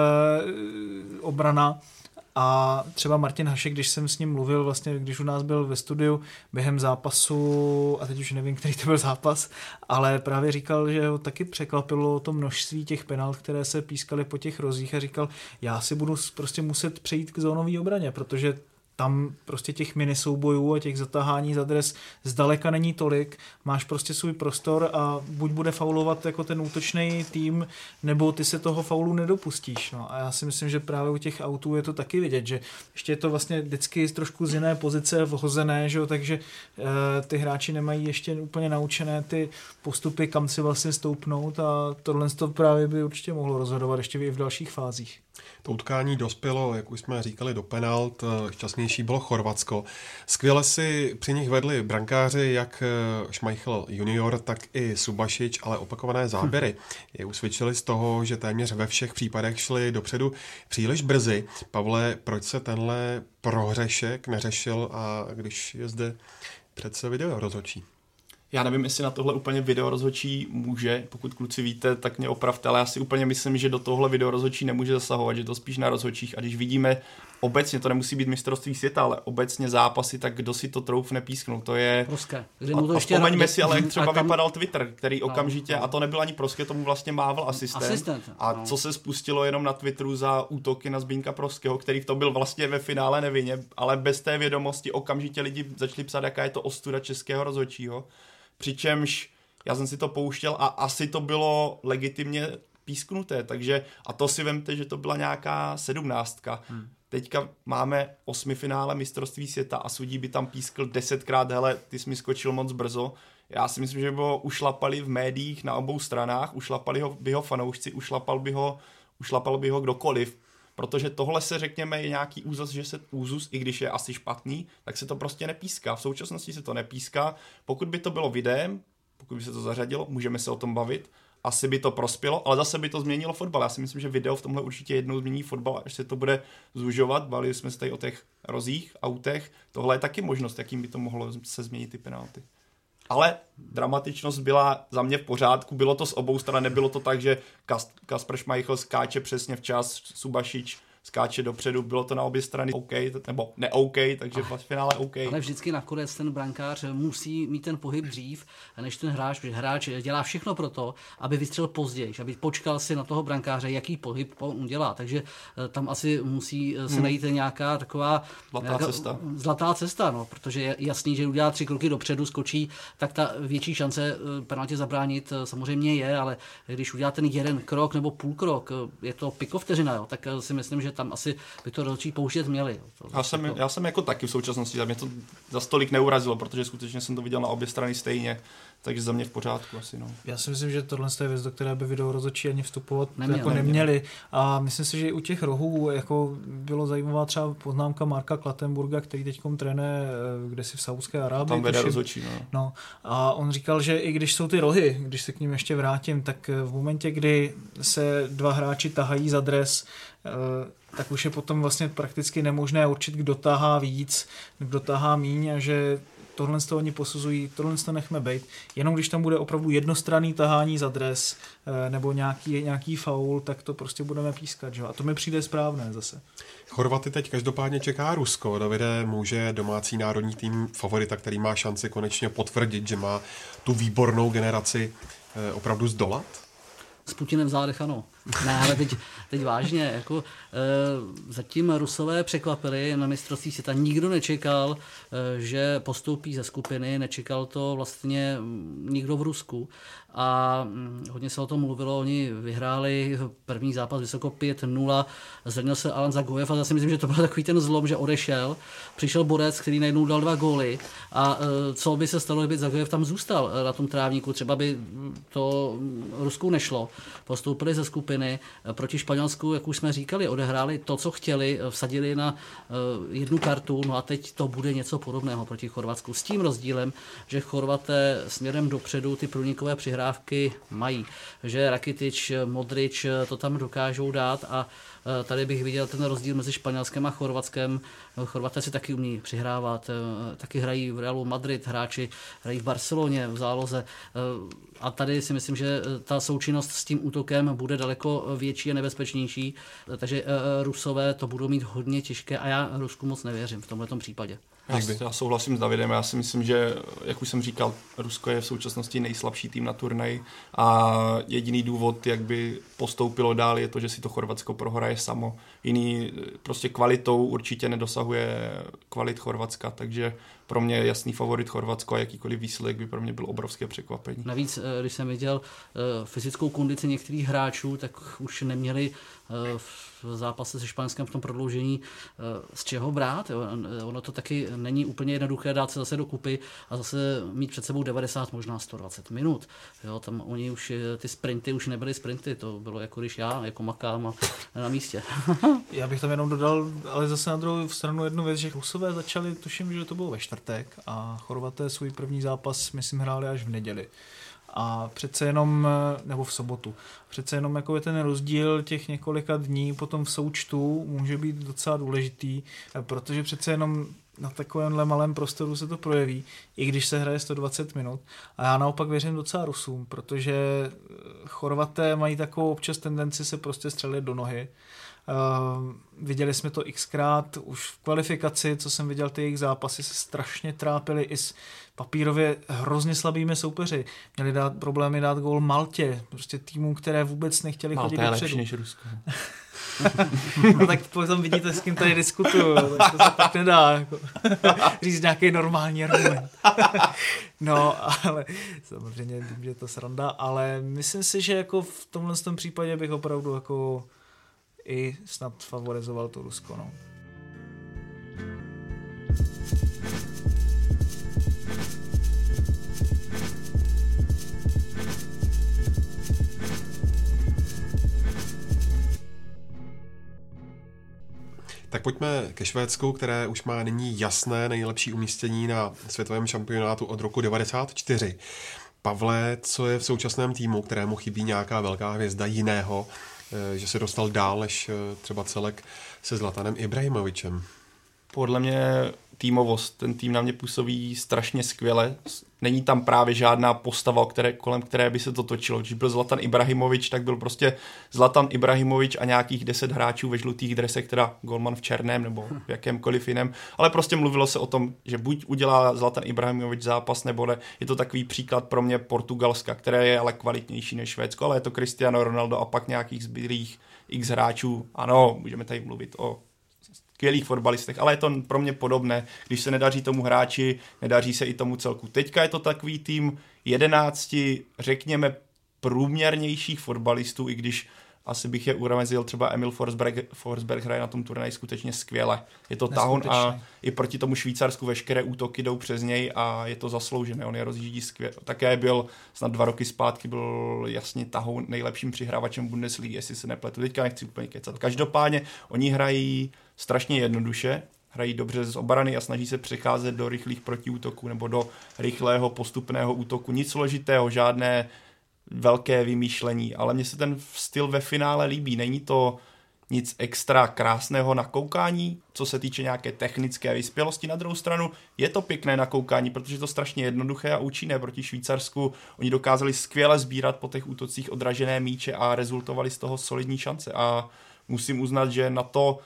obrana. A třeba Martin Hašek, když jsem s ním mluvil, vlastně, když u nás byl ve studiu během zápasu, a teď už nevím, který to byl zápas, ale právě říkal, že ho taky překvapilo to množství těch penalt, které se pískaly po těch rozích a říkal, já si budu prostě muset přejít k zónové obraně, protože tam prostě těch mini soubojů a těch zatahání za dres zdaleka není tolik, máš prostě svůj prostor a buď bude faulovat jako ten útočný tým, nebo ty se toho faulu nedopustíš. No. A já si myslím, že právě u těch autů je to taky vidět, že ještě je to vlastně vždycky trošku z jiné pozice vhozené, že jo, takže ty hráči nemají ještě úplně naučené ty postupy, kam si vlastně stoupnout a tohle to právě by určitě mohlo rozhodovat ještě i v dalších fázích. To utkání dospělo, jak už jsme říkali, do penalt. Šťastnější bylo Chorvatsko. Skvěle si při nich vedli brankáři, jak Schmeichel junior, tak i Subašič, ale opakované záběry je usvědčili z toho, že téměř ve všech případech šli dopředu příliš brzy. Pavle, proč se tenhle prohřešek neřešil a když je zde přece video rozhodčí? Já nevím, jestli na tohle úplně video rozhodčí může, pokud kluci víte, tak mě opravte, ale já si úplně myslím, že do tohle video rozhodčí nemůže zasahovat, že to spíš na rozhodčích. A když vidíme obecně, to nemusí být mistrovství světa, ale obecně zápasy, tak kdo si to troufne písknout, to je... Proské. A vzpomeňme si, ale jak třeba vypadal Twitter, který okamžitě, a to nebyl ani Proské, tomu vlastně mával asistent. A co se spustilo jenom na Twitteru za útoky na Zbyňka Proského, který to byl vlastně ve finále nevinně, ale bez té vědomosti okamžitě lidi začali psát, jaká je to ostuda českého rozhodčího. Přičemž já jsem si to pouštěl a asi to bylo legitimně písknuté, takže a to si vemte, že to byla nějaká 17. Teďka máme 8. finále mistrovství světa a sudí by tam pískl 10krát, hele, ty jsi mi skočil moc brzo. Já si myslím, že by ho ušlapali v médiích na obou stranách, ušlapali by ho fanoušci, ušlapal by ho kdokoliv. Protože tohle se, řekněme, je nějaký úzus, i když je asi špatný, tak se to prostě nepíská. V současnosti se to nepíská. Pokud by to bylo videem, pokud by se to zařadilo, můžeme se o tom bavit, asi by to prospělo, ale zase by to změnilo fotbal. Já si myslím, že video v tomhle určitě jednou změní fotbal, až se to bude zužovat. Bavili jsme se tady o těch rozích, autech. Tohle je taky možnost, jakým by to mohlo se změnit ty penalty. Ale dramatičnost byla za mě v pořádku, bylo to z obou stran, nebylo to tak, že Kasper Schmeichel skáče přesně včas, Subašič skáče dopředu, bylo to na obě strany OK, nebo ne OK, takže v finále OK. Ale vždycky nakonec ten brankář musí mít ten pohyb dřív, než ten hráč, protože hráč dělá všechno pro to, aby vystřelil později, aby počkal si na toho brankáře, jaký pohyb on udělá, takže tam asi musí se najít nějaká taková zlatá cesta, no, protože je jasný, že udělá 3 kroky dopředu, skočí, tak ta větší šance penaltě zabránit samozřejmě je, ale když udělá ten jeden krok nebo půl krok, je to pikovteřina, jo, tak si myslím, že tam asi by to rozhodčí použít měli. Já jsem jako taky v současnosti, mě to za stolik neurazilo, protože skutečně jsem to viděl na obě strany stejně, takže za mě v pořádku asi. No. Já si myslím, že tohle je věc, do které by video rozhodčí ani vstupovat neměli. A myslím si, že u těch rohů jako bylo zajímavá třeba poznámka Marka Klatenburga, který teďkom trénuje kdesi v Saúdské Arábii. Tam vede rozhodčí. No. A on říkal, že i když jsou ty rohy, když se k ním ještě vrátím, tak v momentě, kdy se 2 hráči tahají za dres, tak už je potom vlastně prakticky nemožné určit, kdo tahá víc, kdo tahá míň a že tohle z toho oni posuzují, tohle z toho nechme bejt. Jenom když tam bude opravdu jednostranný tahání za dres nebo nějaký faul, tak to prostě budeme pískat. Že? A to mi přijde správné zase. Chorvaty teď každopádně čeká Rusko. Davide, může domácí národní tým favorita, který má šanci konečně potvrdit, že má tu výbornou generaci opravdu zdolat? S Putinem v zádech, ano. Ne, ale teď vážně, jako zatím Rusové překvapili na mistrovství světa. Nikdo nečekal, že postoupí ze skupiny, nečekal to vlastně nikdo v Rusku. A hodně se o tom mluvilo, oni vyhráli první zápas vysoko 5-0, zranil se Alan Zagojev a já si myslím, že to byl takový ten zlom, že odešel. Přišel borec, který najednou dal 2 góly a co by se stalo, kdyby Zagojev tam zůstal na tom trávníku, třeba by to Rusku nešlo. Postoupili ze skupiny proti Španělsku, jak už jsme říkali, odehráli to, co chtěli, vsadili na 1 kartu, no a teď to bude něco podobného proti Chorvatsku. S tím rozdílem, že Chorvaté směrem dopředu ty průnikové přihrávky mají, že Rakitic, Modrič to tam dokážou dát a tady bych viděl ten rozdíl mezi Španělskem a Chorvatskem. Chorvaté si taky umí přihrávat, taky hrají v Realu Madrid, hráči hrají v Barceloně, v záloze a tady si myslím, že ta součinnost s tím útokem bude daleko větší a nebezpečnější, takže Rusové to budou mít hodně těžké a já Rusku moc nevěřím v tomhletom případě. Já souhlasím s Davidem, já si myslím, že, jak už jsem říkal, Rusko je v současnosti nejslabší tým na turnaji a jediný důvod, jak by postoupilo dál, je to, že si to Chorvatsko prohraje samo. Jiný prostě kvalitou určitě nedosahuje kvalit Chorvatska, takže pro mě je jasný favorit Chorvatsko a jakýkoliv výsledek by pro mě byl obrovské překvapení. Navíc, když jsem viděl fyzickou kondici některých hráčů, tak už neměli v zápase se Španělskem v tom prodloužení z čeho brát. Ono to taky není úplně jednoduché dát se zase dokupy a zase mít před sebou 90, možná 120 minut. Jo, tam oni už, ty sprinty už nebyly sprinty, to bylo jako když já jako makám a na místě. Já bych tam jenom dodal, ale zase na druhou stranu jednu věc, že Rusové začali, tuším, že to bylo ve čtvrtek a Chorvaté svůj první zápas, myslím, hráli až v neděli. A přece jenom, nebo v sobotu, přece jenom jako ten rozdíl těch několika dní potom v součtu může být docela důležitý, protože přece jenom na takovémhle malém prostoru se to projeví, i když se hraje 120 minut. A já naopak věřím docela Rusům, protože Chorvaté mají takovou občas tendenci se prostě střelit do nohy. Viděli jsme to xkrát, už v kvalifikaci, co jsem viděl, ty jejich zápasy se strašně trápili i s papírově hrozně slabými soupeři. Měli problémy dát gól Maltě, prostě týmům, které vůbec nechtěli chodit dopředu. Malta je lepší než Rusko. No tak potom vidíte, s kým tady diskutuju, tak to se tak nedá jako, říct nějaký normální argument. No, ale samozřejmě vím, že je to sranda, ale myslím si, že jako v tomhle případě bych opravdu jako i snad favorizoval to Rusko. No. Tak pojďme ke Švédsku, které už má nyní jasné nejlepší umístění na světovém šampionátu od roku 1994. Pavle, co je v současném týmu, kterému chybí nějaká velká hvězda jiného, že se dostal dál než třeba celek se Zlatanem Ibrahimovičem? Podle mě týmovost, ten tým na mě působí strašně skvěle. Není tam právě žádná postava, kolem které by se to točilo. Když byl Zlatan Ibrahimovič, tak byl prostě Zlatan Ibrahimovič a nějakých 10 hráčů ve žlutých dresech, teda golman v černém nebo v jakémkoliv jiném. Ale prostě mluvilo se o tom, že buď udělá Zlatan Ibrahimovič zápas, nebo ne. Je to takový příklad pro mě Portugalska, které je ale kvalitnější než Švédsko, ale je to Cristiano Ronaldo a pak nějakých zbylých x hráčů. Ano, můžeme tady mluvit o skvělých fotbalistech, ale je to pro mě podobné. Když se nedaří tomu hráči, nedaří se i tomu celku. Teďka je to takový tým 11, řekněme, průměrnějších fotbalistů, i když asi bych je uramezil, třeba Emil Forsberg hraje na tom turnaji skutečně skvěle. Je to tahoun a i proti tomu Švýcarsku veškeré útoky jdou přes něj a je to zasloužené. On je rozjíždí skvěle. Také byl snad 2 roky zpátky, byl jasně tahoun nejlepším přihrávačem Bundesligy, jestli se nepletu. Teďka nechci úplně kecat. Každopádně oni hrají strašně jednoduše, hrají dobře z obrany a snaží se přecházet do rychlých protiútoků nebo do rychlého postupného útoku. Nic složitého, žádné velké vymýšlení, ale mně se ten styl ve finále líbí. Není to nic extra krásného na koukání, co se týče nějaké technické vyspělosti. Na druhou stranu je to pěkné na koukání, protože je to strašně jednoduché a účinné proti Švýcarsku. Oni dokázali skvěle sbírat po těch útocích odražené míče a rezultovali z toho solidní šance. A musím uznat, že na to,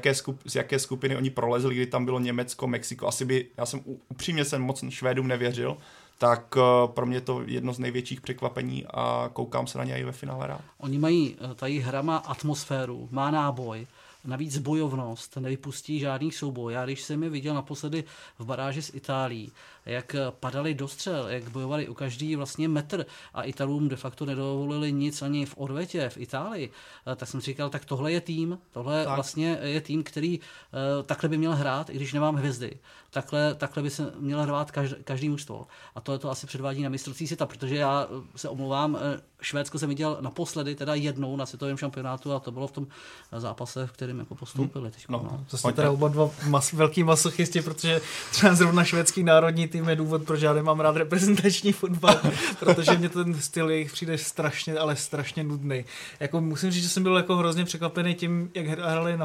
z jaké skupiny oni prolezli, kdy tam bylo Německo, Mexiko, já jsem upřímně moc Švédům nevěřil, tak pro mě to jedno z největších překvapení a koukám se na něj ve finále rád. Oni mají, tady hra má atmosféru, má náboj, navíc bojovnost, nevypustí žádný souboj. Já když jsem je viděl naposledy v baráži s Itálií, jak padali do střel, jak bojovali o každý vlastně metr a Italům de facto nedovolili nic ani v odvetě v Itálii, tak jsem říkal, tak tohle je tým, vlastně je tým, který takhle by měl hrát, i když nemám hvězdy. Takhle by se měl hrát každý mužstvo. A to je to asi předvádí na mistrovství světa, protože já se omlouvám, Švédsko jsem viděl naposledy, teda jednou na světovém šampionátu a to bylo v tom zápase, v kterém jako postoupili. To jste teda oba dva velký masochisti, protože třeba zrovna švédský národní tým je důvod, proč já nemám rád reprezentační fotbal, protože mě ten styl jejich přijde strašně, ale strašně nudný. Jako musím říct, že jsem byl jako hrozně překvapený tím, jak hráli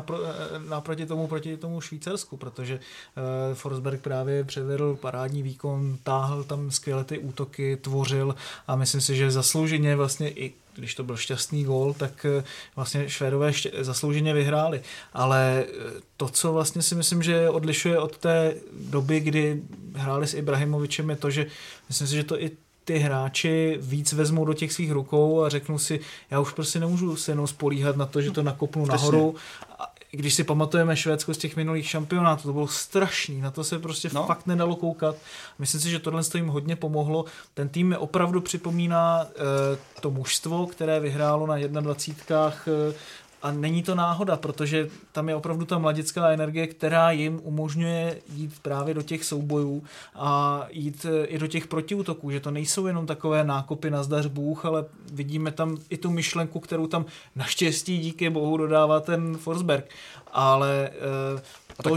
proti tomu Švýcarsku, protože Forsberg právě předvedl parádní výkon, táhl tam skvěle ty útoky, tvořil a myslím si, že zaslouženě vlastně i když to byl šťastný gól, tak vlastně Švédové zaslouženě vyhráli. Ale to, co vlastně si myslím, že odlišuje od té doby, kdy hráli s Ibrahimovičem, je to, že myslím si, že to i ty hráči víc vezmou do těch svých rukou a řeknou si, já už prostě nemůžu se jenom spolíhat na to, že to nakopnu nahoru. Když si pamatujeme Švédsko z těch minulých šampionátů, to bylo strašný, na to se prostě fakt nedalo koukat. Myslím si, že tohle jim hodně pomohlo. Ten tým mi opravdu připomíná to mužstvo, které vyhrálo na 21. A není to náhoda, protože tam je opravdu ta mladická energie, která jim umožňuje jít právě do těch soubojů a jít i do těch protiútoků, že to nejsou jenom takové nákopy na zdař Bůh, ale vidíme tam i tu myšlenku, kterou tam naštěstí díky bohu dodává ten Forsberg. Ale to,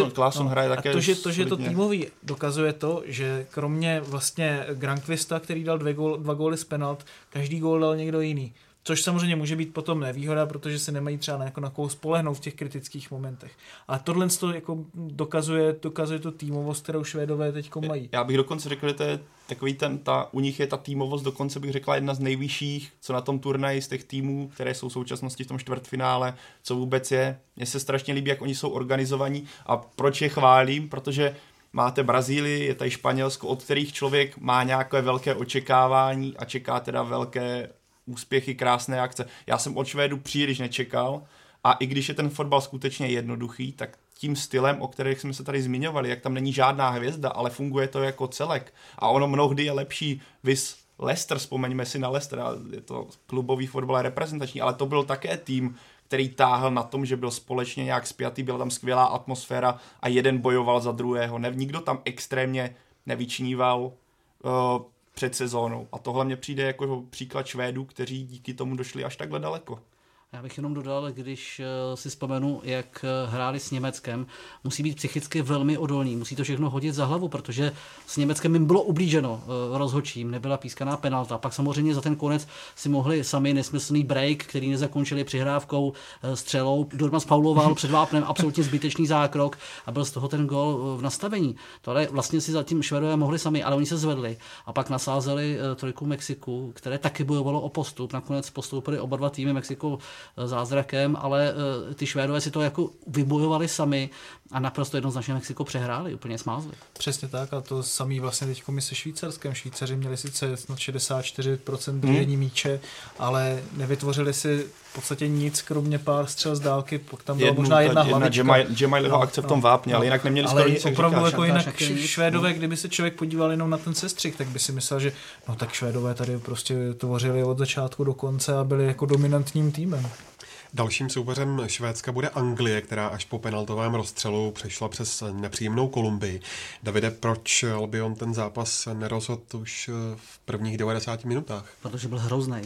že to týmový dokazuje to, že kromě vlastně Granqvista, který dal 2 góly z penalt, každý gól dal někdo jiný. Což samozřejmě může být potom nevýhoda, protože se nemají třeba na koho spolehnout v těch kritických momentech. Ale tohle to jako dokazuje tu týmovost, kterou Švédové teďko mají. Já bych dokonce řekl, že to je takový u nich je ta týmovost dokonce bych řekla jedna z nejvyšších, co na tom turnaji z těch týmů, které jsou v současnosti v tom čtvrtfinále, co vůbec je. Mně se strašně líbí, jak oni jsou organizovaní a proč je chválím, protože máte Brazílii, je tady Španělsko, od kterých člověk má nějaké velké očekávání a čeká teda velké úspěchy, krásné akce. Já jsem od Švédu příliš nečekal a i když je ten fotbal skutečně jednoduchý, tak tím stylem, o kterých jsme se tady zmiňovali, jak tam není žádná hvězda, ale funguje to jako celek a ono mnohdy je lepší vis Leicester, vzpomeňme si na Leicester, je to klubový fotbal reprezentační, ale to byl také tým, který táhl na tom, že byl společně nějak spjatý, byla tam skvělá atmosféra a jeden bojoval za druhého. Nikdo tam extrémně nevyčníval před sezónou. A tohle mně přijde jako příklad Švédů, kteří díky tomu došli až takhle daleko. Já bych jenom dodal, když si vzpomenu, jak hráli s Německem, musí být psychicky velmi odolný, musí to všechno hodit za hlavu, protože s Německem jim bylo ublíženo rozhodčím, nebyla pískaná penalta. Pak samozřejmě za ten konec si mohli sami nesmyslný break, který nezakončili přihrávkou, střelou. Dortmund fauloval před vápnem, absolutně zbytečný zákrok a byl z toho ten gól v nastavení. Tohle vlastně si zatím Švédové mohli sami, ale oni se zvedli a pak nasázeli trojku Mexiku, které taky bojovalo o postup. Nakonec postoupili oba dva týmy, Mexiko zázrakem, ale ty Švédové si to jako vybojovali sami a naprosto jednoznačně Mexiko přehráli, úplně smázli. Přesně tak a to samý vlastně teď se Švýcarskem. Švýcaři měli sice snad 64% držení míče, ale nevytvořili si v podstatě nic, kromě pár střel z dálky, pak tam byla možná jedna hlavička. Jemajliho akce v tom vápně, ale jinak neměli skoro nic, opravdu jako jinak Švédové, kdyby se člověk podíval jenom na ten sestřih, tak by si myslel, že no tak Švédové tady prostě tvořili od začátku do konce a byli jako dominantním týmem. Dalším soupeřem Švédska bude Anglie, která až po penaltovém rozstřelu přešla přes nepříjemnou Kolumbii. Davide, proč Albion ten zápas nerozhodl už v prvních 90 minutách? Protože byl hroznej.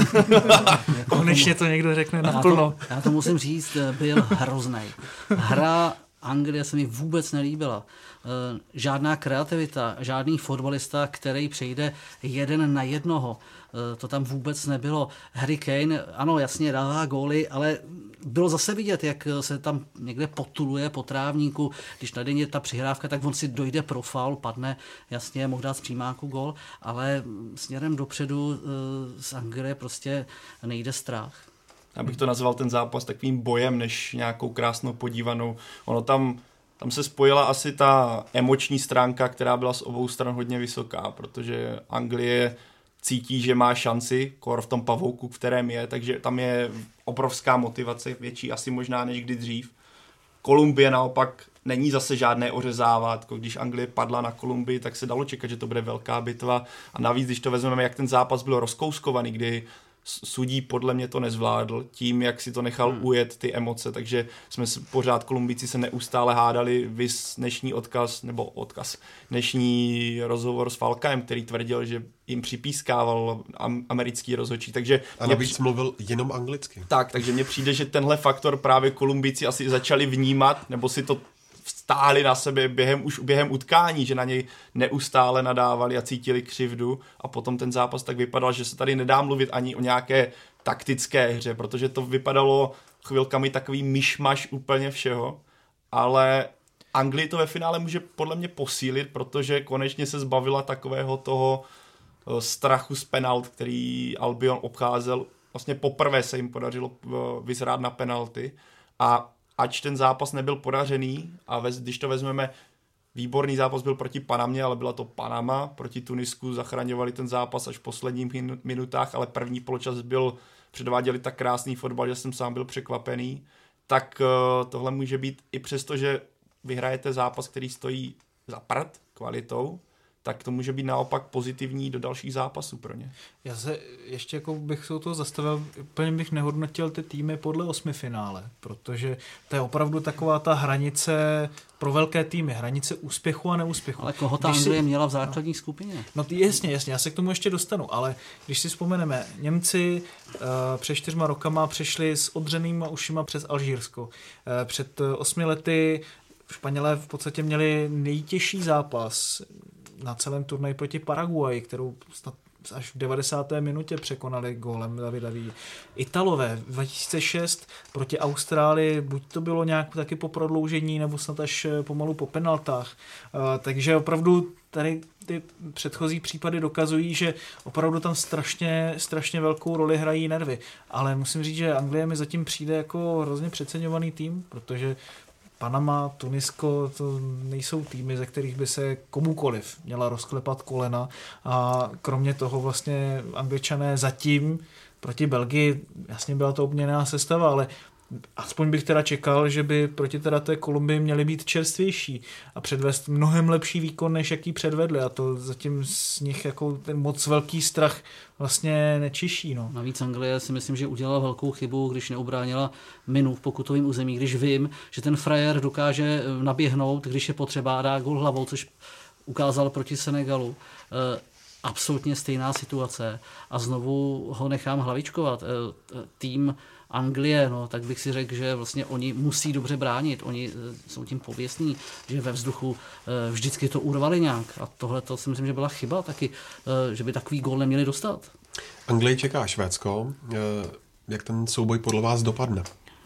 Konečně to někdo řekne naplno. Já to musím říct, byl hroznej. Hra Anglie se mi vůbec nelíbila. Žádná kreativita, žádný fotbalista, který přejde 1-na-1. To tam vůbec nebylo. Harry Kane, ano, jasně dává góly, ale bylo zase vidět, jak se tam někde potuluje po trávníku. Když tady je ta přihrávka, tak on si dojde pro faul, padne, jasně, mohl dát z přímáku gól, ale směrem dopředu z Anglie prostě nejde strach. Já bych to nazval ten zápas takovým bojem, než nějakou krásnou podívanou. Ono tam se spojila asi ta emoční stránka, která byla z obou stran hodně vysoká, protože Anglie cítí, že má šanci, kor v tom pavouku, v kterém je, takže tam je obrovská motivace, větší asi možná než kdy dřív. Kolumbie naopak není zase žádné ořezávátko. Když Anglie padla na Kolumbii, tak se dalo čekat, že to bude velká bitva. A navíc, když to vezmeme, jak ten zápas byl rozkouskovaný, kdy sudí podle mě to nezvládl tím, jak si to nechal ujet ty emoce, takže jsme pořád Kolumbíci se neustále hádali, vys dnešní dnešní rozhovor s Falcaem, který tvrdil, že jim připískával americký rozhodčí, takže a navíc mluvil jenom anglicky. Tak, takže mně přijde, že tenhle faktor právě Kolumbíci asi začali vnímat, nebo si to stáli na sebe během utkání, že na něj neustále nadávali a cítili křivdu a potom ten zápas tak vypadal, že se tady nedá mluvit ani o nějaké taktické hře, protože to vypadalo chvilkami takový myšmaš úplně všeho, ale Anglii to ve finále může podle mě posílit, protože konečně se zbavila takového toho strachu z penalt, který Albion obcházel. Vlastně poprvé se jim podařilo vyzrát na penalty a ač ten zápas nebyl podařený a když to vezmeme, výborný zápas byl proti Panamě, ale byla to Panama, proti Tunisku zachraňovali ten zápas až v posledních minutách, ale první poločas předváděli tak krásný fotbal, že jsem sám byl překvapený, tak tohle může být i přesto, že vyhrajete zápas, který stojí za prd kvalitou, tak to může být naopak pozitivní do dalších zápasů pro ně. Já se ještě jako bych se u toho zastavil, úplně bych nehodnotil ty týmy podle 8 finále, protože to je opravdu taková ta hranice pro velké týmy, hranice úspěchu a neúspěchu. Ale koho ta Anglie měla v základní skupině? No jasně, já se k tomu ještě dostanu, ale když si vzpomeneme, Němci před 4 rokama přešli s odřenýma ušima přes Alžírsko. Před 8 lety Španělé v podstatě měli nejtěžší zápas na celém turnaji proti Paraguaji, kterou až v 90. minutě překonali gólem Davida Villa. Italové 2006 proti Austrálii, buď to bylo nějak taky po prodloužení, nebo snad až pomalu po penaltách. Takže opravdu tady ty předchozí případy dokazují, že opravdu tam strašně velkou roli hrají nervy. Ale musím říct, že Anglie mi zatím přijde jako hrozně přeceňovaný tým, protože Panama, Tunisko, to nejsou týmy, ze kterých by se komukoliv měla rozklepat kolena a kromě toho vlastně Angličané zatím proti Belgii, jasně byla to obměnná sestava, ale aspoň bych teda čekal, že by proti teda té Kolumbii měli být čerstvější a předvést mnohem lepší výkon, než jaký předvedli a to zatím z nich jako ten moc velký strach vlastně nečiší. No. Navíc Anglie si myslím, že udělala velkou chybu, když neubránila minu v pokutovém území, když vím, že ten frajer dokáže naběhnout, když je potřeba a dá gól hlavou, což ukázal proti Senegalu. Absolutně stejná situace a znovu ho nechám hlavičkovat. Tým Anglie, no, tak bych si řekl, že vlastně oni musí dobře bránit. Oni jsou tím pověstní, že ve vzduchu vždycky to urvali nějak. A tohle to si myslím, že byla chyba taky, že by takový gól neměli dostat. Anglii čeká Švédsko. Jak ten souboj podle vás dopadne?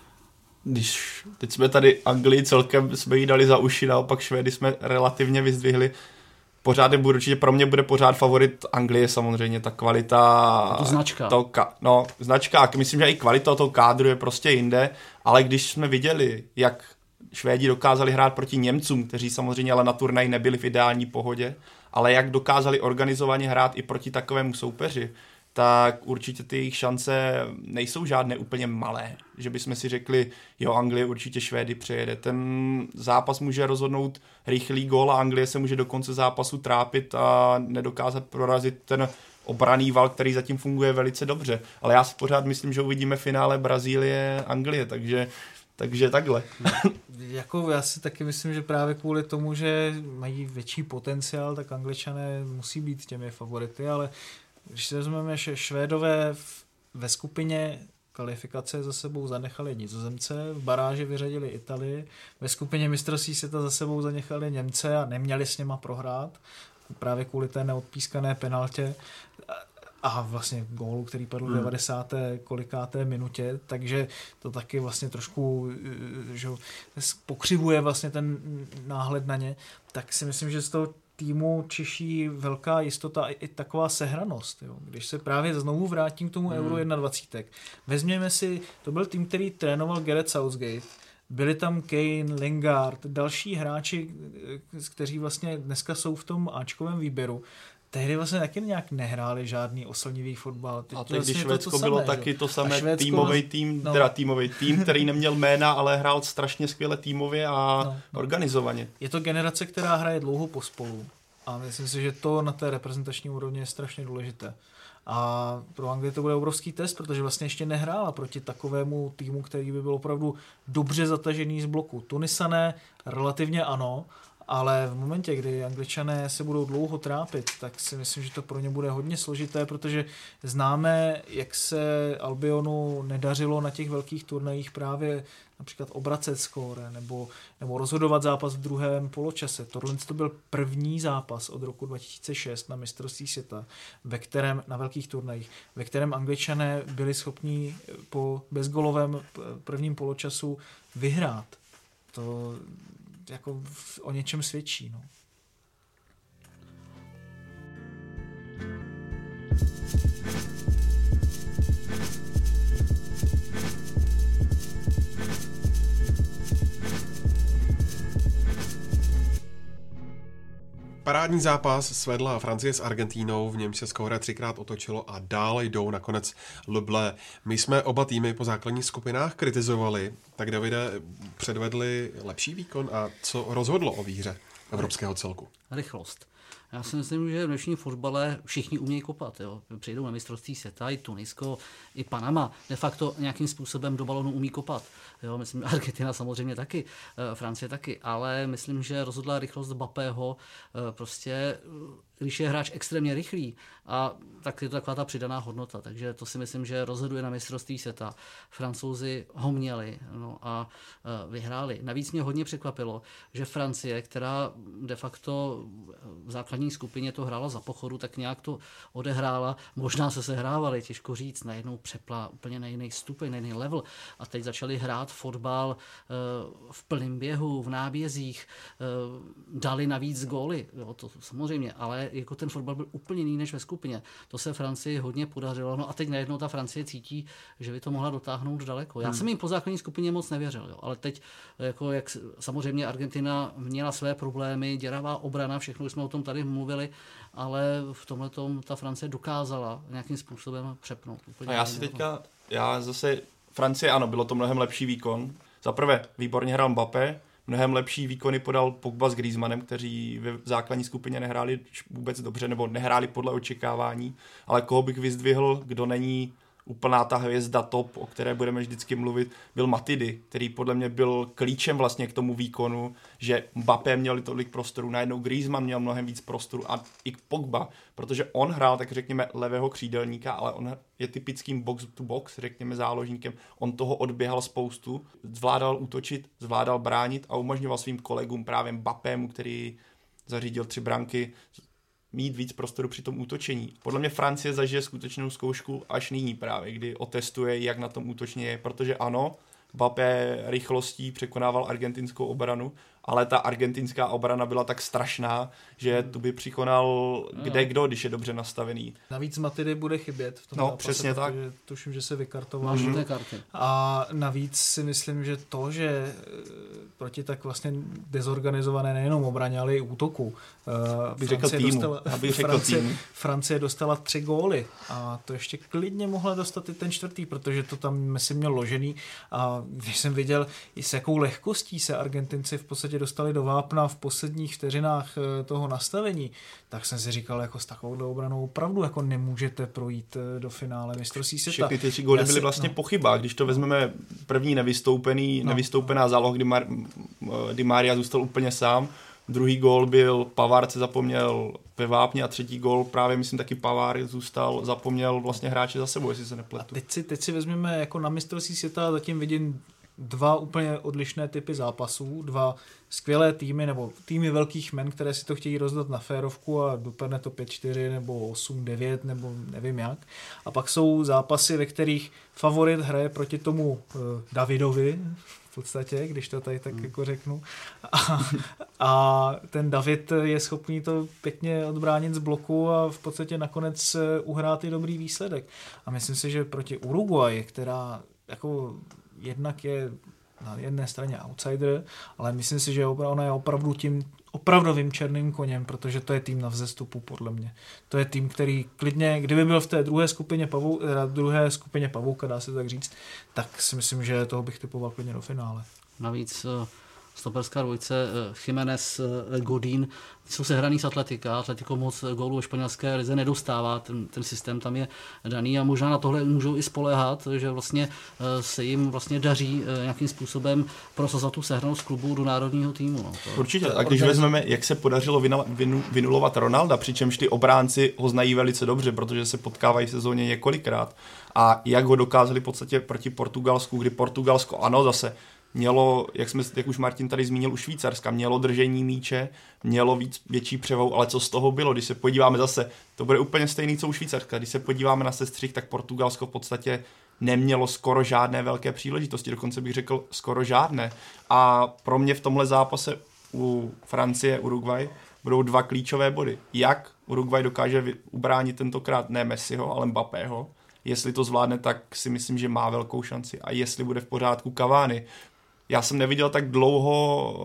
Teď jsme tady Anglii celkem jsme jí dali za uši, naopak Švédy jsme relativně vyzdvihli. Pořád určitě pro mě bude pořád favorit Anglie samozřejmě, ta kvalita... To značka. Značka, myslím, že i kvalita toho kádru je prostě jinde, ale když jsme viděli, jak Švédi dokázali hrát proti Němcům, kteří samozřejmě ale na turnaji nebyli v ideální pohodě, ale jak dokázali organizovaně hrát i proti takovému soupeři, tak určitě ty jejich šance nejsou žádné úplně malé. Že bychom si řekli, jo, Anglie určitě Švédy přejede. Ten zápas může rozhodnout rychlý gól a Anglie se může do konce zápasu trápit a nedokázat prorazit ten obranný val, který zatím funguje velice dobře. Ale já si pořád myslím, že uvidíme finále Brazílie-Anglie, takže takhle. Jako já si taky myslím, že právě kvůli tomu, že mají větší potenciál, tak Angličané musí být těmi favority, ale když si vezmeme, že Švédové ve skupině kvalifikace za sebou zanechali Nizozemce, v baráži vyřadili Italii, ve skupině mistrovství světa za sebou zanechali Němce a neměli s něma prohrát, právě kvůli té neodpískané penaltě a vlastně gólu, který padl v 90. kolikáté minutě, takže to taky vlastně trošku že pokřivuje vlastně ten náhled na ně, tak si myslím, že z toho týmu čiší velká jistota i taková sehranost. Jo. Když se právě znovu vrátím k tomu Euro 21. Vezměme si, to byl tým, který trénoval Gareth Southgate, byli tam Kane, Lingard, další hráči, kteří vlastně dneska jsou v tom áčkovém výběru. Tehdy vlastně taky nějak nehráli žádný oslnivý fotbal. A teď když Švédsko bylo taky to samé týmový tým, který neměl jména, ale hrál strašně skvěle týmově a organizovaně. Je to generace, která hraje dlouho pospolu a myslím si, že to na té reprezentační úrovni je strašně důležité. A pro Anglii to bude obrovský test, protože vlastně ještě nehrála proti takovému týmu, který by byl opravdu dobře zatažený z bloku. Tunisané relativně ano, ale v momentě, kdy Angličané se budou dlouho trápit, tak si myslím, že to pro ně bude hodně složité, protože známe, jak se Albionu nedařilo na těch velkých turnajích právě například obracet skóre nebo rozhodovat zápas v druhém poločase. Tohle to byl první zápas od roku 2006 na mistrovství světa, na velkých turnajích, ve kterém Angličané byli schopni po bezgolovém prvním poločasu vyhrát. To jako o něčem svědčí. No. Parádní zápas svedla Francie s Argentínou, v němž se skóre 3krát otočilo a dále jdou nakonec Le Bleu. My jsme oba týmy po základních skupinách kritizovali, tak Davide, předvedli lepší výkon a co rozhodlo o výhře evropského celku? Rychlost. Já si myslím, že v dnešním fotbale všichni umějí kopat. Jo. Přijdou na mistrovství světa, i Tunisko, i Panama. De facto nějakým způsobem do balonu umí kopat. Jo. Myslím, Argentina samozřejmě taky, Francie taky, ale myslím, že rozhodla rychlost Mbappého. Prostě když je hráč extrémně rychlý, a tak je to taková ta přidaná hodnota. Takže to si myslím, že rozhoduje na mistrovství světa. Francouzi ho měli a vyhráli. Navíc mě hodně překvapilo, že Francie, která de facto v základní skupině to hrála za pochodu, tak nějak to odehrála. Možná se sehrávali, těžko říct, najednou přepla úplně na jiný stupeň, na jiný level. A teď začali hrát fotbal v plném běhu, v nábězích, dali navíc góly, jo, to samozřejmě, ale jako ten fotbal byl úplně jiný než ve skupině. To se Francii hodně podařilo. No a teď najednou ta Francie cítí, že by to mohla dotáhnout daleko. Já jsem jim po základní skupině moc nevěřil, jo, ale teď jako jak samozřejmě Argentina měla své problémy, děravá obrana, všechno jsme o tom tady mluvili, ale v tomhletom ta Francie dokázala nějakým způsobem přepnout. A já zase Francie, ano, bylo to mnohem lepší výkon. Za prvé, výborně hrál Mbappé, mnohem lepší výkony podal Pogba s Griezmannem, kteří v základní skupině nehráli vůbec dobře, nebo nehráli podle očekávání, ale koho bych vyzdvihl, kdo není úplná ta hvězda top, o které budeme vždycky mluvit, byl Matuidi, který podle mě byl klíčem vlastně k tomu výkonu, že Mbappé měl tolik prostoru, najednou Griezmann měl mnohem víc prostoru a i Pogba, protože on hrál, tak řekněme, levého křídelníka, ale on je typickým box to box, řekněme záložníkem. On toho odběhal spoustu, zvládal útočit, zvládal bránit a umožňoval svým kolegům, právě Mbappému, který zařídil 3 branky, mít víc prostoru při tom útočení. Podle mě Francie zažije skutečnou zkoušku až nyní právě, kdy otestuje, jak na tom útočně je, protože ano, Mbappé rychlostí překonával argentinskou obranu, ale ta argentinská obrana byla tak strašná, že tu by překonal kdo, když je dobře nastavený. Navíc Matuidi bude chybět v tom zápase, přesně tak. Tuším, že se vykartoval. Karty. A navíc si myslím, že to, že proti tak vlastně dezorganizované nejenom obraně, ale i útoku, Francie dostala 3 góly a to ještě klidně mohla dostat i ten 4., protože to tam myslím měl ložený a když jsem viděl, s jakou lehkostí se Argentinci v podstatě dostali do vápna v posledních vteřinách toho nastavení, tak jsem si říkal, jako s takovou obranou opravdu jako nemůžete projít do finále mistrovství světa. Všechny ty 3 góly byly vlastně po chybách. Když to vezmeme první nevystoupená záloha, kdy Di Maria zůstal úplně sám. Druhý gól byl Pavard, se zapomněl ve vápně a třetí gól právě, myslím, taky Pavard zapomněl vlastně hráče za sebou, jestli se nepletu. A teď si vezmeme jako na mistrovství světa, zatím vidím 2 úplně odlišné typy zápasů, 2 skvělé týmy nebo týmy velkých men, které si to chtějí rozdat na férovku a dopadne to 5-4 nebo 8-9 nebo nevím jak. A pak jsou zápasy, ve kterých favorit hraje proti tomu Davidovi, v podstatě, když to tady tak jako řeknu. A ten David je schopný to pěkně odbránit z bloku a v podstatě nakonec uhrát i dobrý výsledek. A myslím si, že proti Uruguay, která jako jednak je na jedné straně outsider, ale myslím si, že ona je opravdu tím opravdovým černým koněm, protože to je tým na vzestupu, podle mě. To je tým, který klidně, kdyby byl v té druhé skupině Pavouka, dá se tak říct, tak si myslím, že toho bych typoval klidně do finále. Navíc stoperská dvojice Jiménez, Godín, jsou sehraný z Atletika. Atletico moc gólů ve španělské lize nedostává, ten systém tam je daný a možná na tohle můžou i spoléhat, že vlastně se jim vlastně daří nějakým způsobem prosazovat tu sehranost klubu do národního týmu. No. Určitě, a když vezmeme, jak se podařilo vynulovat Ronalda, přičemž ty obránci ho znají velice dobře, protože se potkávají v sezóně několikrát a jak ho dokázali v podstatě proti Portugalsku, kdy Portugalsko, ano, zase mělo, jak už Martin tady zmínil, u Švýcarska, mělo držení míče, mělo větší převahu, ale co z toho bylo? Když se podíváme zase, to bude úplně stejný, co u Švýcarska. Když se podíváme na sestřih, tak Portugalsko v podstatě nemělo skoro žádné velké příležitosti, dokonce bych řekl skoro žádné. A pro mě v tomhle zápase u Francie, Uruguay budou 2 klíčové body. Jak Uruguay dokáže ubránit tentokrát ne Messiho, ale Mbappého. Jestli to zvládne, tak si myslím, že má velkou šanci. A jestli bude v pořádku Cavani. Já jsem neviděl tak dlouho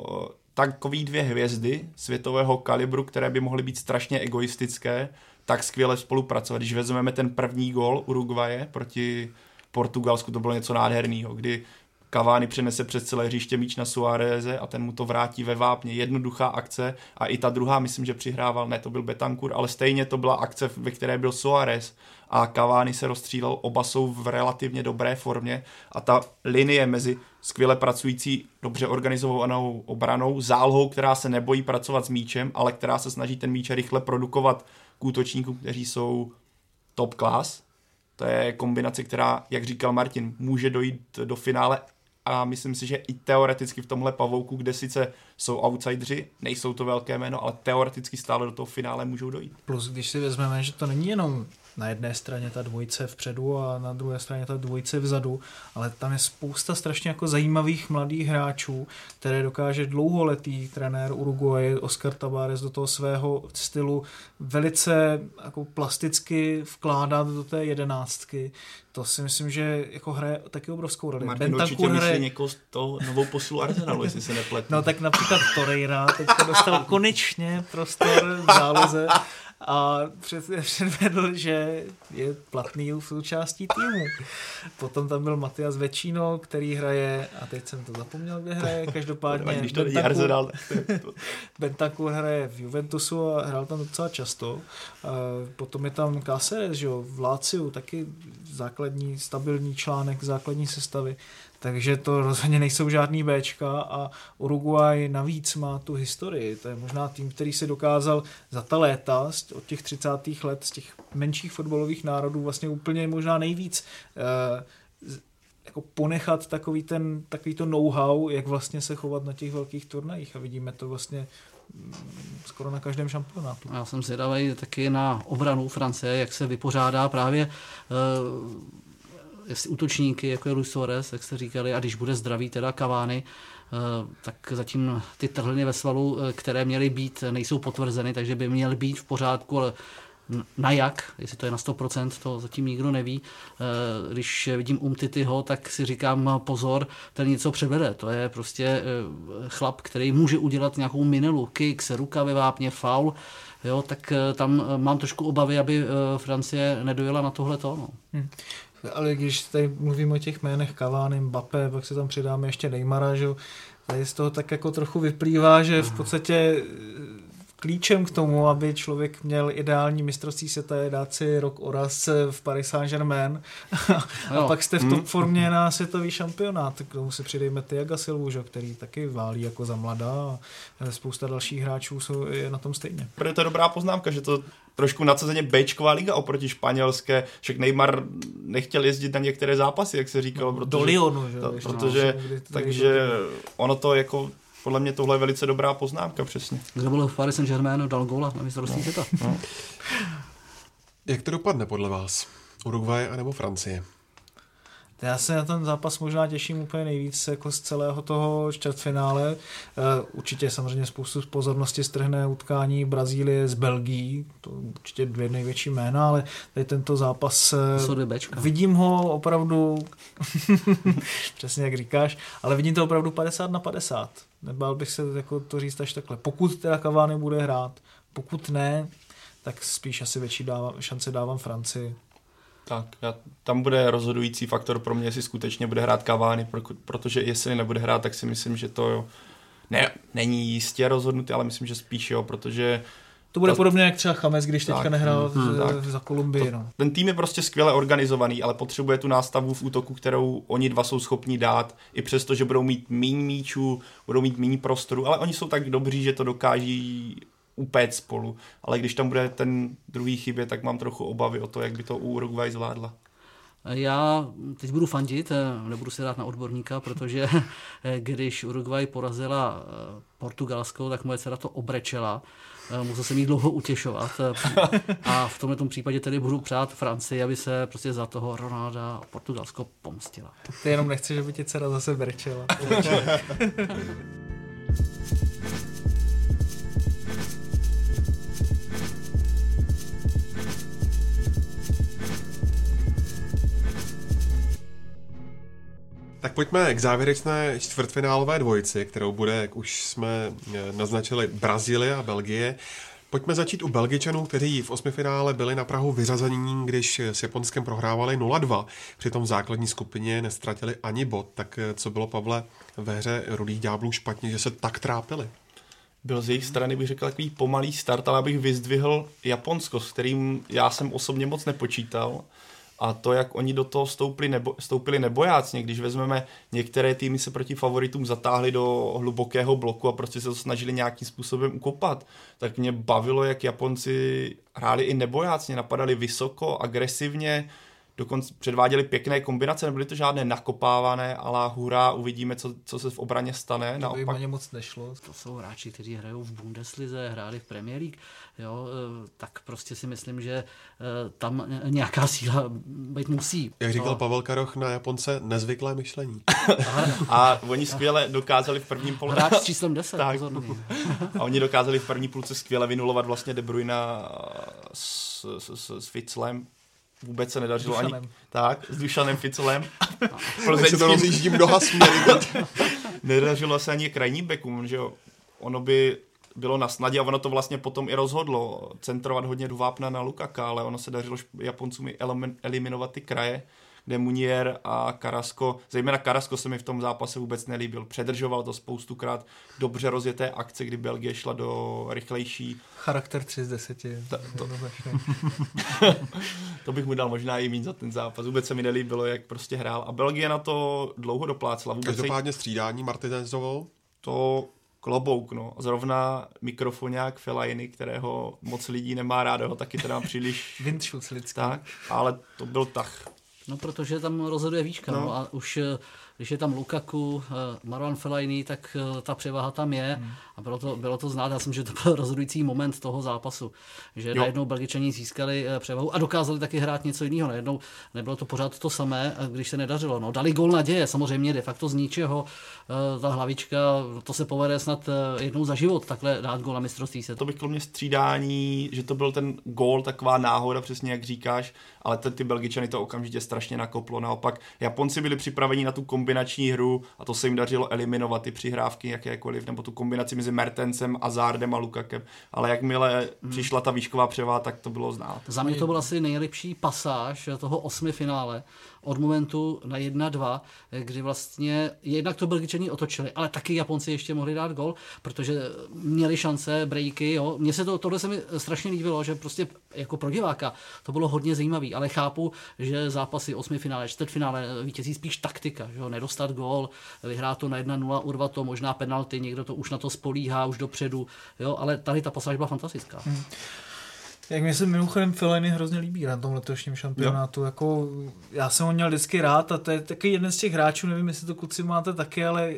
takový 2 hvězdy světového kalibru, které by mohly být strašně egoistické, tak skvěle spolupracovat. Když vezmeme ten první gól Uruguaye proti Portugalsku, to bylo něco nádherného, kdy Cavani přenese přes celé hřiště míč na Suáreze a ten mu to vrátí ve vápně. Jednoduchá akce a i ta druhá, myslím, že přihrával, ne, to byl Betancourt, ale stejně to byla akce, ve které byl Suárez a Cavani se rozstřílel, oba jsou v relativně dobré formě a ta linie mezi skvěle pracující, dobře organizovanou obranou, zálohou, která se nebojí pracovat s míčem, ale která se snaží ten míč rychle produkovat k útočníkům, kteří jsou top class. To je kombinace, která, jak říkal Martin, může dojít do finále a myslím si, že i teoreticky v tomhle pavouku, kde sice jsou outsideri, nejsou to velké jméno, ale teoreticky stále do toho finále můžou dojít. Plus, když si vezmeme, že to není jenom na jedné straně ta dvojice vpředu a na druhé straně ta dvojice vzadu, ale tam je spousta strašně jako zajímavých mladých hráčů, které dokáže dlouholetý trenér Uruguaye Oscar Tabarez do toho svého stylu velice jako plasticky vkládat do té 11. To si myslím, že jako hraje taky obrovskou roli. Martin určitě myslí někoho z toho novou posilu Arsenalu, jestli se nepletu. No tak například Torreira teďka dostal konečně prostor v záloze a předvedl, že je platný v součástí týmu. Potom tam byl Matias Vecino, který hraje, a teď jsem to zapomněl, kde hraje, každopádně Bentancur hraje v Juventusu a hrál tam docela často. Potom je tam Cáceres, že jo, v Láciu, taky základní, stabilní článek základní sestavy. Takže to rozhodně nejsou žádný Bčka a Uruguay navíc má tu historii. To je možná tým, který se dokázal za ta léta od těch 30. let z těch menších fotbalových národů vlastně úplně možná nejvíc jako ponechat takový to know-how, jak vlastně se chovat na těch velkých turnajích a vidíme to vlastně skoro na každém šampionátu. Já jsem zvědavý taky na obranu Francie, jak se vypořádá právě jestli útočníky, jako je Luis Suárez, jak jste říkali, a když bude zdravý teda Cavani, tak zatím ty trhliny ve svalu, které měly být, nejsou potvrzeny, takže by měly být v pořádku, ale na jak, jestli to je na 100%, to zatím nikdo neví. Když vidím Umtitiho, tak si říkám pozor, ten něco předvede. To je prostě chlap, který může udělat nějakou minelu, kicks, ruka ve vápně, faul, jo, tak tam mám trošku obavy, aby Francie nedojela na tohleto. No. Ale když tady mluvím o těch jménech Cavani, Mbappé, pak se tam přidáme ještě Neymara, že tady z toho tak jako trochu vyplývá, že v podstatě klíčem k tomu, aby člověk měl ideální mistrovství světa, je dát si rok oraz v Paris Saint-Germain a pak jste v top formě na světový šampionát. K tomu si přidejme Thiaga Silvu, který taky válí jako za mladá a spousta dalších hráčů je na tom stejně. Je to dobrá poznámka, že to trošku nadsazeně Bčková liga oproti španělské, však Neymar nechtěl jezdit na některé zápasy, jak se říkalo. Do Lyonu, že? Takže ono to jako podle mě tohle je velice dobrá poznámka, přesně. Kdo byl v Paris Saint-Germain, dal góla na mistrovství světa. No. Jak to dopadne podle vás? Uruguay anebo Francie? Já se na ten zápas možná těším úplně nejvíc jako z celého toho čtvrtfinále. Určitě samozřejmě spoustu pozornosti strhne utkání Brazílie s Belgií, to určitě 2 největší jména, ale tady tento zápas vidím ho opravdu přesně jak říkáš, ale vidím to opravdu 50-50. Nebál bych se jako to říct až takhle. Pokud teda Cavani bude hrát, pokud ne, tak spíš asi větší šance dávám Francii. Tak, tam bude rozhodující faktor pro mě, jestli skutečně bude hrát Cavani, protože jestli nebude hrát, tak si myslím, že to není jistě rozhodnutý, ale myslím, že spíš jo, protože to bude podobně jak třeba James, když teďka nehrál za Kolumbii. Ten tým je prostě skvěle organizovaný, ale potřebuje tu nástavu v útoku, kterou oni dva jsou schopni dát, i přesto, že budou mít méně míčů, budou mít méně prostoru, ale oni jsou tak dobří, že to dokáží upét spolu. Ale když tam bude ten druhý chybě, tak mám trochu obavy o to, jak by to Uruguay zvládla. Já teď budu fandit, nebudu si dát na odborníka, protože když Uruguay porazila Portugalsko, tak moje dcera to obrečela. Musel jsem jí dlouho utěšovat a v tomto případě tedy budu přát Francii, aby se prostě za toho Ronalda Portugalsko pomstila. Ty jenom nechceš, aby ti dcera zase brečela. Tak Tak pojďme k závěrečné čtvrtfinálové dvojici, kterou bude, jak už jsme naznačili, Brazílie a Belgie. Pojďme začít u Belgičanů, kteří v osmifinále byli na prahu vyřazení, když s Japonskem prohrávali 0-2. Přitom v základní skupině nestratili ani bod. Tak co bylo, Pavle, ve hře Rudých ďáblů špatně, že se tak trápili? Byl z jejich strany, bych řekl, takový pomalý start, ale abych vyzdvihl Japonsko, s kterým já jsem osobně moc nepočítal. A to, jak oni do toho stoupili nebojácně, když vezmeme, některé týmy se proti favoritům zatáhly do hlubokého bloku a prostě se to snažili nějakým způsobem ukopat, tak mě bavilo, jak Japonci hráli i nebojácně, napadali vysoko, agresivně, dokonce předváděli pěkné kombinace, nebyly to žádné nakopávané, ale hurá, uvidíme, co se v obraně stane. To by mě moc nešlo. To jsou hráči, kteří hrajou v Bundeslize, hráli v Premier League, jo, tak prostě si myslím, že tam nějaká síla být musí. Jak říkal Pavel Karoch, na Japonce nezvyklé myšlení. A oni skvěle dokázali v prvním pole... Hráč s číslem 10, pozorný. A oni dokázali v první půlce skvěle vynulovat vlastně De Bruyna s Fitzlem. Vůbec se nedařilo ani... Tak, s Dušanem Ficelem. Tak se to rozjíždím do hasměry. Nedařilo se ani krajní backům, že jo. Ono by bylo na snadě a ono to vlastně potom i rozhodlo. Centrovat hodně do vápna na Lukaka, ale ono se dařilo Japoncům eliminovat ty kraje, kde Munier a Carrasco, zejména Carrasco se mi v tom zápase vůbec nelíbil. Předržoval to spoustukrát, dobře rozjeté akce, kdy Belgie šla do rychlejší. Charakter 3 z 10. To bych mu dal možná i míň za ten zápas. Vůbec se mi nelíbilo, jak prostě hrál. A Belgie na to dlouho doplácela. Každopádně střídání Martinezovou? To klobouk, no. Zrovna mikrofonák Fellaini, kterého moc lidí nemá rád, ho taky teda příliš... Windschutz lidský. Tak, ale to byl tah. No, protože tam rozhoduje výška, no a už když je tam Lukaku, Marouane Fellaini, tak ta převaha tam je a bylo to znát. Já jsem, že to byl rozhodující moment toho zápasu, že najednou Belgičani získali převahu a dokázali taky hrát něco jiného. Najednou nebylo to pořád to samé, když se nedařilo. No, dali gól naděje, samozřejmě de facto z ničeho. Ta hlavička, to se povede snad jednou za život, takhle dát gól na mistrovství světa. To bych kromě střídání, že to byl ten gól, taková náhoda, přesně jak říkáš, ale ty Belgičany to okamžitě strašně nakoplo. Naopak Japonci byli připraveni na tu kombinační hru a to se jim dařilo eliminovat ty přihrávky jakékoliv, nebo tu kombinaci mezi Mertensem, Hazardem a Lukakem. Ale jakmile přišla ta výšková převaha, tak to bylo znát. Za mě to byl asi nejlepší pasáž toho osmifinále od momentu na 1-2, kdy vlastně jednak to Belgičani otočili, ale taky Japonci ještě mohli dát gol, protože měli šance, breaky, jo. Mně se tohle se mi strašně líbilo, že prostě jako pro diváka to bylo hodně zajímavý, ale chápu, že zápasy osmifinále, čtvrtfinále vítězí spíš taktika, že jo, nedostat gól, vyhrát to na 1-0, urvat to, možná penalty, někdo to už na to spolíhá, už dopředu, jo, ale tady ta pasáž byla fantastická. Jak mě se mimochodem Fellaini hrozně líbí na tom letošním šampionátu. Jako, já jsem ho měl vždycky rád a to je taky jeden z těch hráčů, nevím, jestli to kluci máte taky, ale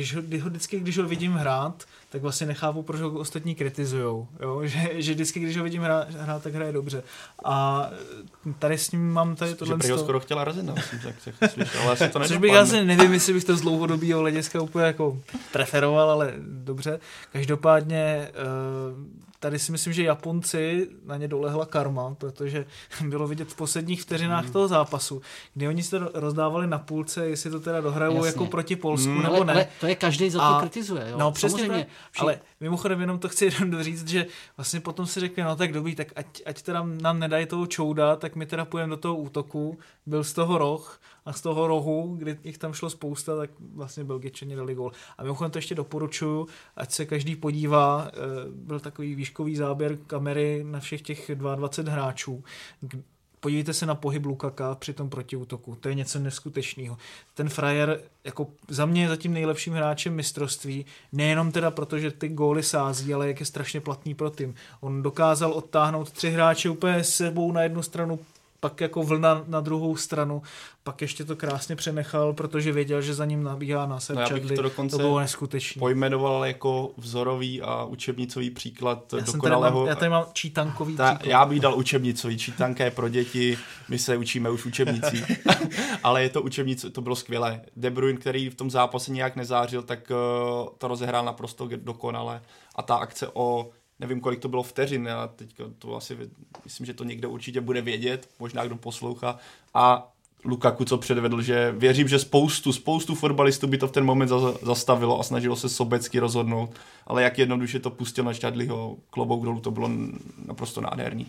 když ho vidím hrát, tak vlastně nechápu, proč ho ostatní kritizujou. Jo? Že vždycky, když ho vidím hrát, tak hraje dobře. A tady s ním mám tady tohle... Že skoro chtěla Razina, ale asi to nedopadne. Což bych asi nevím, jestli bych to z dlouhodobého hlediska úplně jako preferoval, ale dobře. Každopádně tady si myslím, že Japonci na ně dolehla karma, protože bylo vidět v posledních vteřinách toho zápasu, kdy oni se rozdávali na půlce, jestli to teda dohrajou jako proti Polsku nebo ne. Ale to je každý za to kritizuje. Jo? No přesně, ale mimochodem jenom to chci jenom doříct, že vlastně potom si řekli, no tak dobrý, tak ať teda nám nedají toho čouda, tak my teda půjdeme do toho útoku, byl z toho roh a z toho rohu, kdy jich tam šlo spousta, tak vlastně Belgičani dali gól. A mimochodem to ještě doporučuju, ať se každý podívá, byl takový výškový záběr kamery na všech těch 22 hráčů. Podívejte se na pohyb Lukaka při tom protiútoku. To je něco neskutečného. Ten frajer jako za mě je zatím nejlepším hráčem mistrovství. Nejenom teda proto, že ty góly sází, ale jak je strašně platný pro tým. On dokázal odtáhnout 3 hráče úplně s sebou na jednu stranu, pak jako vlna na druhou stranu, pak ještě to krásně přenechal, protože věděl, že za ním nabíhá Nasser Chadli. To bylo neskutečné. Pojmenoval jako vzorový a učebnicový příklad dokonalého. Já tady mám čítankový příklad. Já bych dal učebnicový. Čítanka je pro děti, my se učíme už v učebnicích. Ale je to učebnice, to bylo skvělé. De Bruyne, který v tom zápase nějak nezářil, tak to rozehrál naprosto dokonale. A ta akce o nevím, kolik to bylo vteřin, a teď to asi myslím, že to někdo určitě bude vědět, možná kdo poslouchá. A Lukaku, co předvedl, že věřím, že spoustu fotbalistů by to v ten moment zastavilo a snažilo se sobecky rozhodnout, ale jak jednoduše to pustil na Chadliho, klobouk dolů, to bylo naprosto nádherný.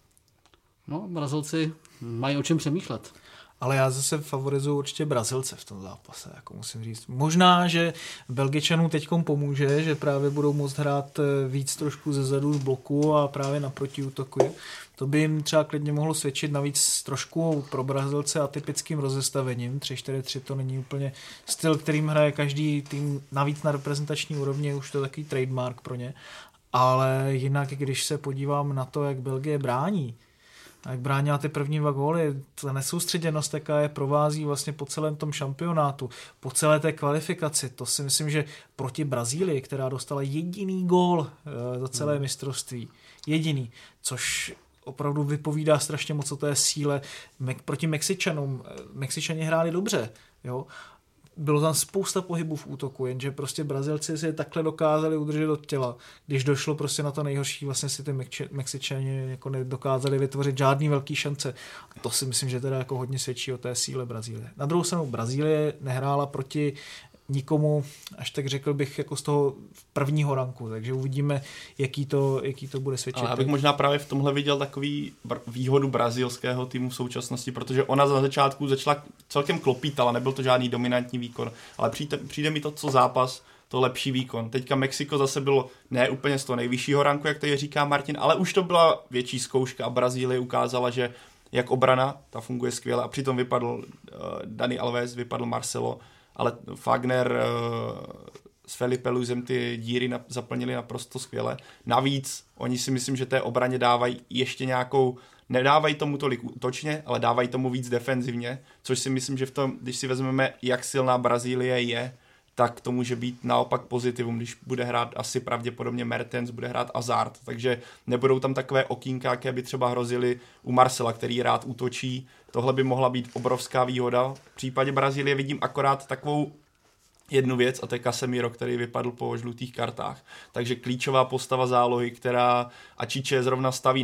No, Brazilci mají o čem přemýšlet. Ale já zase favorizuju určitě Brazilce v tom zápase, jako musím říct. Možná, že Belgičanům teďkom pomůže, že právě budou moct hrát víc trošku zezadu z bloku a právě na protiútoku. To by jim třeba klidně mohlo svědčit, navíc trošku pro Brazilce atypickým rozestavením. 3-4-3 to není úplně styl, kterým hraje každý tým, navíc na reprezentační úrovni, už to je takový trademark pro ně. Ale jinak, když se podívám na to, jak Belgie brání, a jak bránila ty první 2 góly, ta nesoustředěnost, jaká je provází vlastně po celém tom šampionátu, po celé té kvalifikaci, to si myslím, že proti Brazílii, která dostala jediný gól za celé mistrovství, jediný, což opravdu vypovídá strašně moc o té síle proti Mexičanům. Mexičani hráli dobře, jo. Bylo tam spousta pohybů v útoku, jenže prostě Brazilci si takhle dokázali udržet do těla. Když došlo prostě na to nejhorší, vlastně si ty Mexičani jako nedokázali vytvořit žádný velký šance. A to si myslím, že teda jako hodně svědčí o té síle Brazílie. Na druhou stranu Brazílie nehrála proti nikomu, až tak řekl bych, jako z toho prvního ranku, takže uvidíme, jaký to bude svědčit. Ale já bych možná právě v tomhle viděl takový výhodu brazilského týmu v současnosti, protože ona za začátku začala celkem klopít, ale nebyl to žádný dominantní výkon, ale přijde mi to, co zápas, to lepší výkon. Teďka Mexiko zase bylo ne úplně z toho nejvyššího ranku, jak tady říká Martin, ale už to byla větší zkouška a Brazílie ukázala, že jak obrana, ta funguje skvěle a přitom vypadl Dani Alves, vypadl Marcelo, ale Fagner s Felipe Luisem ty díry zaplnili naprosto skvěle. Navíc oni si myslím, že té obraně dávají ještě nějakou, nedávají tomu tolik útočně, ale dávají tomu víc defenzivně, což si myslím, že v tom, když si vezmeme, jak silná Brazílie je, tak to může být naopak pozitivum, když bude hrát asi pravděpodobně Mertens, bude hrát Hazard, takže nebudou tam takové okýnka, jaké by třeba hrozily u Marcela, který rád útočí. Tohle by mohla být obrovská výhoda. V případě Brazílie vidím akorát takovou jednu věc a to je Casemiro, který vypadl po žlutých kartách. Takže klíčová postava zálohy, která Ačiče zrovna staví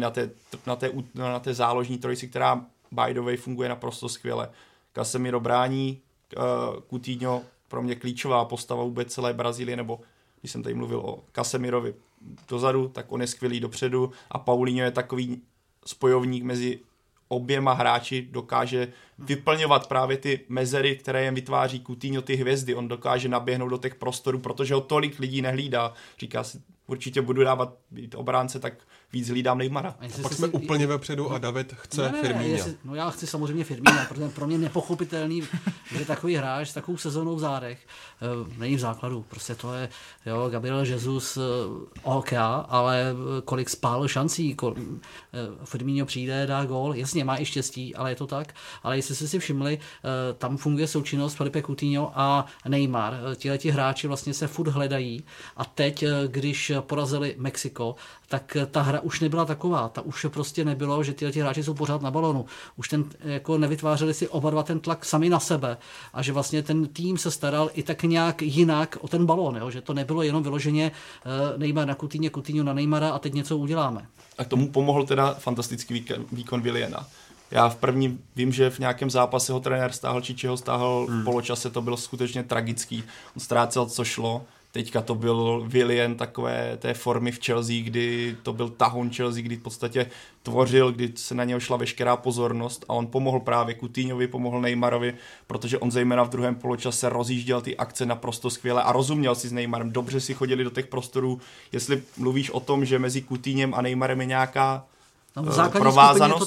na té záložní trojici, která by the way funguje naprosto skvěle. Casemiro brání, Coutinho pro mě klíčová postava vůbec celé Brazílie, nebo když jsem tady mluvil o Casemirovi dozadu, tak on je skvělý dopředu a Paulinho je takový spojovník mezi oběma hráči, dokáže vyplňovat právě ty mezery, které jen vytváří Coutinho, ty hvězdy. On dokáže naběhnout do těch prostorů, protože ho tolik lidí nehlídá. Říká si, určitě budu dávat být obránce, tak víc hlídám Neymara. Pak jsme úplně vepředu a David chce Firmína. No já chci samozřejmě Firmína, protože pro mě nepochopitelný, že takový hráč s takovou sezónou v zádech není v základu. Prostě to je, jo, Gabriel Jesus OK, ale kolik spálil šancí, Firmíno přijde, dá gól, jasně má i štěstí, ale je to tak. Ale jestli jste si všimli, tam funguje součinnost Felipe Coutinho a Neymar. Tihleti hráči vlastně se furt hledají a teď, když porazili Mexiko, tak ta hra už nebyla taková. Ta už prostě nebylo, že ti hráči jsou pořád na balonu. Už jako nevytvářeli si oba dva ten tlak sami na sebe a že vlastně ten tým se staral i tak nějak jinak o ten balon, jo? Že to nebylo jenom vyloženě Neymar na Coutinho na Neymara a teď něco uděláme. A k tomu pomohl teda fantastický výkon Williana. Já v prvním vím, že v nějakém zápase ho trenér stáhl, Čičeho stáhl v poločase, to bylo skutečně tragický. On ztrácel, co šlo. Teďka to byl Willian takové té formy v Chelsea, kdy to byl tahoun Chelsea, kdy v podstatě tvořil, kdy se na něho šla veškerá pozornost a on pomohl právě Coutinhovi, pomohl Neymarovi, protože on zejména v druhém poločase rozjížděl ty akce naprosto skvěle a rozuměl si s Neymarem, dobře si chodili do těch prostorů. Jestli mluvíš o tom, že mezi Coutinhem a Neymarem je nějaká provázanost.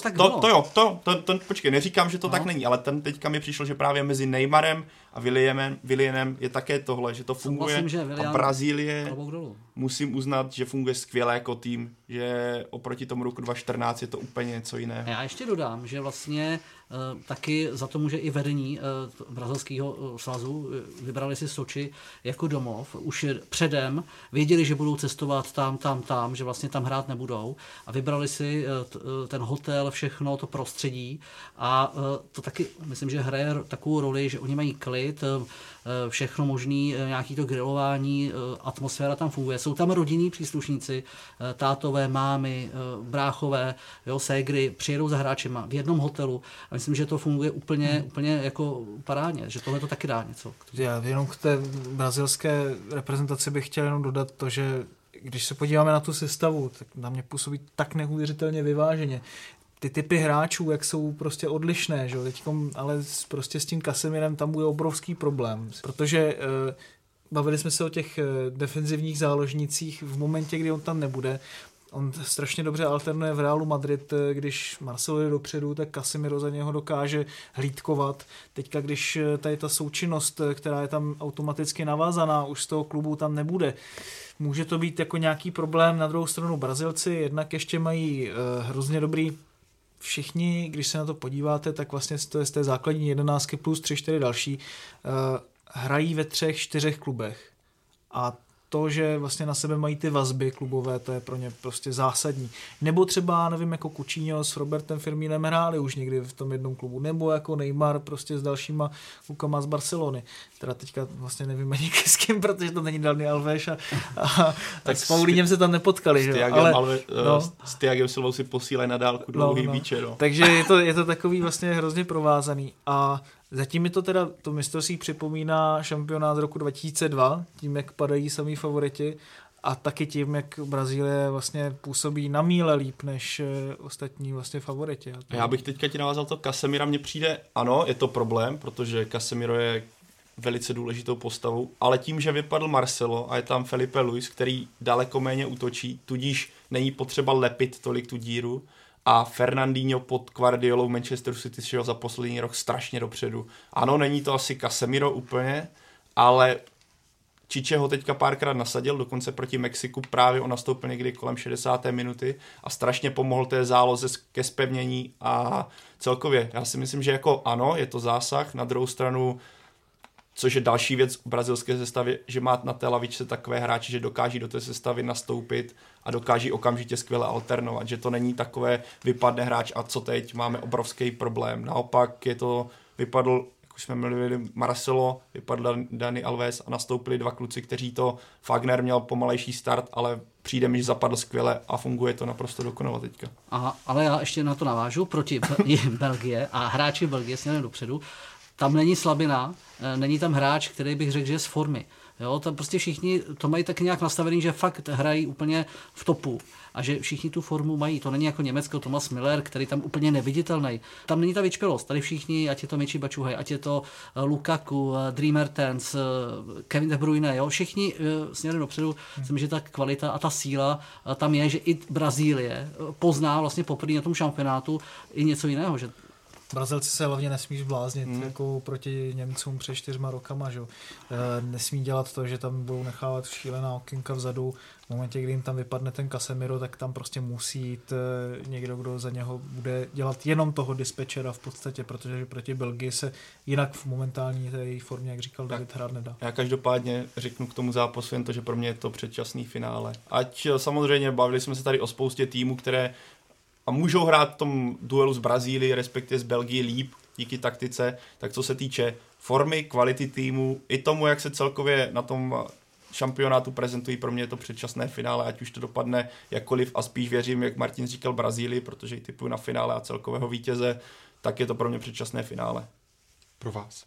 To počkej, neříkám, že to tak není, ale ten teďka mi přišlo, že právě mezi Neymarem a Willianem je také tohle, že to funguje a Brazílie musím uznat, že funguje skvěle jako tým, že oproti tomu roku 2014 je to úplně něco jiného. Já ještě dodám, že vlastně taky za to může i vedení brazilského svazu, vybrali si Soči jako domov, už předem věděli, že budou cestovat tam, že vlastně tam hrát nebudou a vybrali si ten hotel, všechno, to prostředí a to taky, myslím, že hraje takovou roli, že oni mají klid, všechno možný, nějaký to grilování, atmosféra tam funguje. Jsou tam rodinní příslušníci, tátové, mámy, bráchové, jo, ségry, přijedou za hráčema v jednom hotelu a myslím, že to funguje úplně jako parádně, že tohle to taky dá něco. Já jenom k té brazilské reprezentaci bych chtěl jenom dodat to, že když se podíváme na tu sestavu, tak na mě působí tak neuvěřitelně vyváženě. Ty typy hráčů, jak jsou prostě odlišné, že? Teďkom, ale prostě s tím Casemirem tam bude obrovský problém, protože bavili jsme se o těch defenzivních záložnících v momentě, kdy on tam nebude. On strašně dobře alternuje v Realu Madrid, když Marcelo je dopředu, tak Casemiro za něho dokáže hlídkovat. Teďka, když tady ta součinnost, která je tam automaticky navázaná, už z toho klubu tam nebude, může to být jako nějaký problém. Na druhou stranu Brazilci jednak ještě mají hrozně dobrý všichni, když se na to podíváte, tak vlastně to je z té základní 11 plus 3-4 další, hrají ve 3-4 klubech. A to, že vlastně na sebe mají ty vazby klubové, to je pro ně prostě zásadní. Nebo třeba, nevím, jako Coutinho s Robertem Firmínem hráli už někdy v tom jednom klubu, nebo jako Neymar prostě s dalšíma klukama z Barcelony. Teda teďka vlastně nevím ani s kým, protože to není Dani Alves a tak s Paulínem se tam nepotkali. S Thiagem Silvou si posílají na dálku dlouhý míče. No. Takže je to takový vlastně hrozně provázaný a zatím mi to teda, to mistrovství připomíná šampionát z roku 2002, tím, jak padají samý favoriti a taky tím, jak Brazílie vlastně působí na míle líp než ostatní vlastně favoriti. Já bych teďka ti navázal to Casemira, mně přijde, ano, je to problém, protože Casemiro je velice důležitou postavou, ale tím, že vypadl Marcelo a je tam Felipe Luis, který daleko méně útočí, tudíž není potřeba lepit tolik tu díru, a Fernandinho pod Guardiolou Manchester City šel za poslední rok strašně dopředu. Ano, není to asi Casemiro úplně, ale Čiče ho teďka párkrát nasadil, dokonce proti Mexiku právě on nastoupil někdy kolem 60. minuty a strašně pomohl té záloze ke zpevnění a celkově. Já si myslím, že jako ano, je to zásah, na druhou stranu, což je další věc v brazilské sestavě, že má na té lavičce takové hráče, že dokáží do té sestavy nastoupit a dokáží okamžitě skvěle alternovat, že to není takové vypadne hráč a co teď, máme obrovský problém. Naopak vypadl, jak už jsme mluvili, Marcelo, vypadl Dani Alves a nastoupili dva kluci, kteří to, Fagner měl pomalejší start, ale přijde mi, že zapadl skvěle a funguje to naprosto dokonale teďka. Aha, ale já ještě na to navážu, proti Belgie a hráči Belgie směrem dopředu, tam není slabina, není tam hráč, který bych řekl, že je z formy. Jo, tam prostě všichni to mají tak nějak nastavený, že fakt hrají úplně v topu a že všichni tu formu mají. To není jako Německo, Thomas Müller, který tam úplně neviditelný. Tam není ta vyčpělost. Tady všichni, ať je to Michy Batshuayi, ať je to Lukaku, Dries Mertens, Kevin De Bruyne, jo, všichni směrem dopředu. Myslím, že ta kvalita a ta síla tam je, že i Brazílie pozná vlastně poprvé na tom šampionátu i něco jiného, že Brazilci se hlavně nesmí zbláznit jako proti Němcům před 4 rokama. Že? Nesmí dělat to, že tam budou nechávat šílená okénka vzadu. V momentě, kdy jim tam vypadne ten Casemiro, tak tam prostě musí jít někdo, kdo za něho bude dělat jenom toho dispečera v podstatě, protože proti Belgii se jinak v momentální té její formě, jak říkal David, hrát nedá. Já každopádně řeknu k tomu zápasu jen to, že pro mě je to předčasný finále. Ať samozřejmě bavili jsme se tady o spoustě týmů, které a můžou hrát v tom duelu s Brazílií, respektive s Belgií líp díky taktice, tak co se týče formy, kvality týmu, i tomu, jak se celkově na tom šampionátu prezentují, pro mě je to předčasné finále, ať už to dopadne jakkoliv a spíš věřím, jak Martin říkal, Brazílii, protože ji tipuju na finále a celkového vítěze, tak je to pro mě předčasné finále. Pro vás?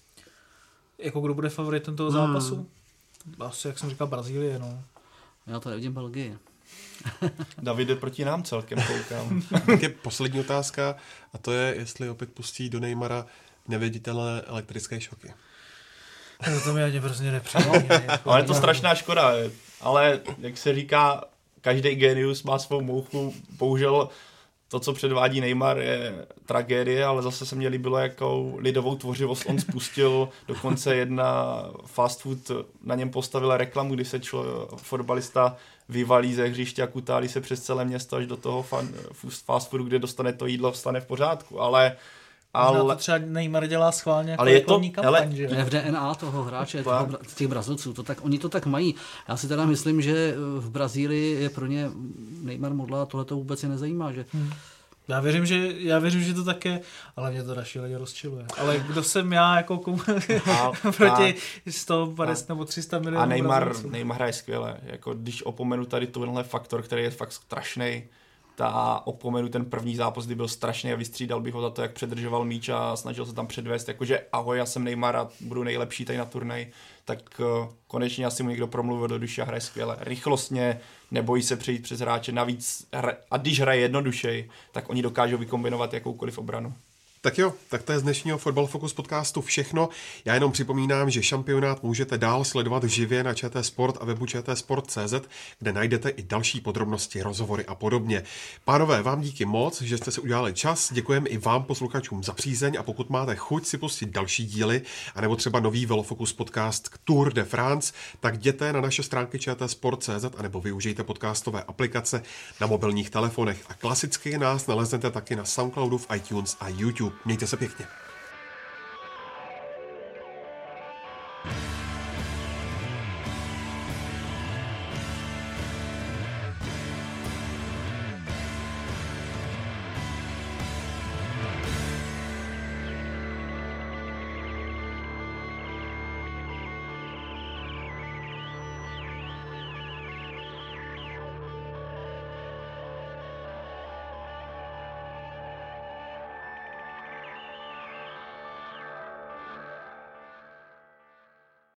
Jako kdo bude favoritem toho zápasu? Asi, jak jsem říkal, Brazílie, no. Já tady vidím Belgii. Davide proti nám celkem koukám. Tak je poslední otázka a to je, jestli opět pustí do Neymara neviditelné elektrické šoky. To mi ani prostě nepřijde. Ale je to strašná škoda, ale jak se říká, každý genius má svou mouchu, bohužel to, co předvádí Neymar, je tragédie, ale zase se mně líbilo, jakou lidovou tvořivost on spustil. Dokonce jedna fast food na něm postavila reklamu, kdy se fotbalista vyvalí ze hřiště a kutálí se přes celé město až do toho fast foodu, kde dostane to jídlo, vstane v pořádku. Ale to třeba Neymar dělá schválně jako reklamní kampaň, že? V DNA toho hráče, těch Brazilců, oni to tak mají. Já si teda myslím, že v Brazílii je pro ně Neymar modla a tohle to vůbec je nezajímá, že Já věřím, že to také, ale mě to šíleně rozčiluje. Ale kdo jsem já jako proti 150 nebo 300 milionů. A Neymar hraje skvěle. Jako, když opomenu tady tenhle faktor, který je fakt strašný, opomenu ten první zápas, kdy byl strašný a vystřídal bych ho za to, jak předržoval míč a snažil se tam předvést, jakože ahoj, já jsem Neymar a budu nejlepší tady na turnaji, tak konečně asi mu někdo promluvil do duše a hraje skvěle. Rychlostně, nebojí se přejít přes hráče, navíc a když hraje jednodušej, tak oni dokážou vykombinovat jakoukoliv obranu. Tak jo, tak to je z dnešního Fotbal Focus podcastu všechno. Já jenom připomínám, že šampionát můžete dál sledovat živě na ČT Sport a webu čtsport.cz, kde najdete i další podrobnosti, rozhovory a podobně. Pánové, vám díky moc, že jste si udělali čas. Děkujeme i vám, posluchačům, za přízeň, a pokud máte chuť si pustit další díly, anebo třeba nový Velofocus podcast k Tour de France, tak jděte na naše stránky čtsport.cz anebo využijte podcastové aplikace na mobilních telefonech. A klasicky nás naleznete taky na Soundcloudu, v iTunes a YouTube. Mějte se pěkně.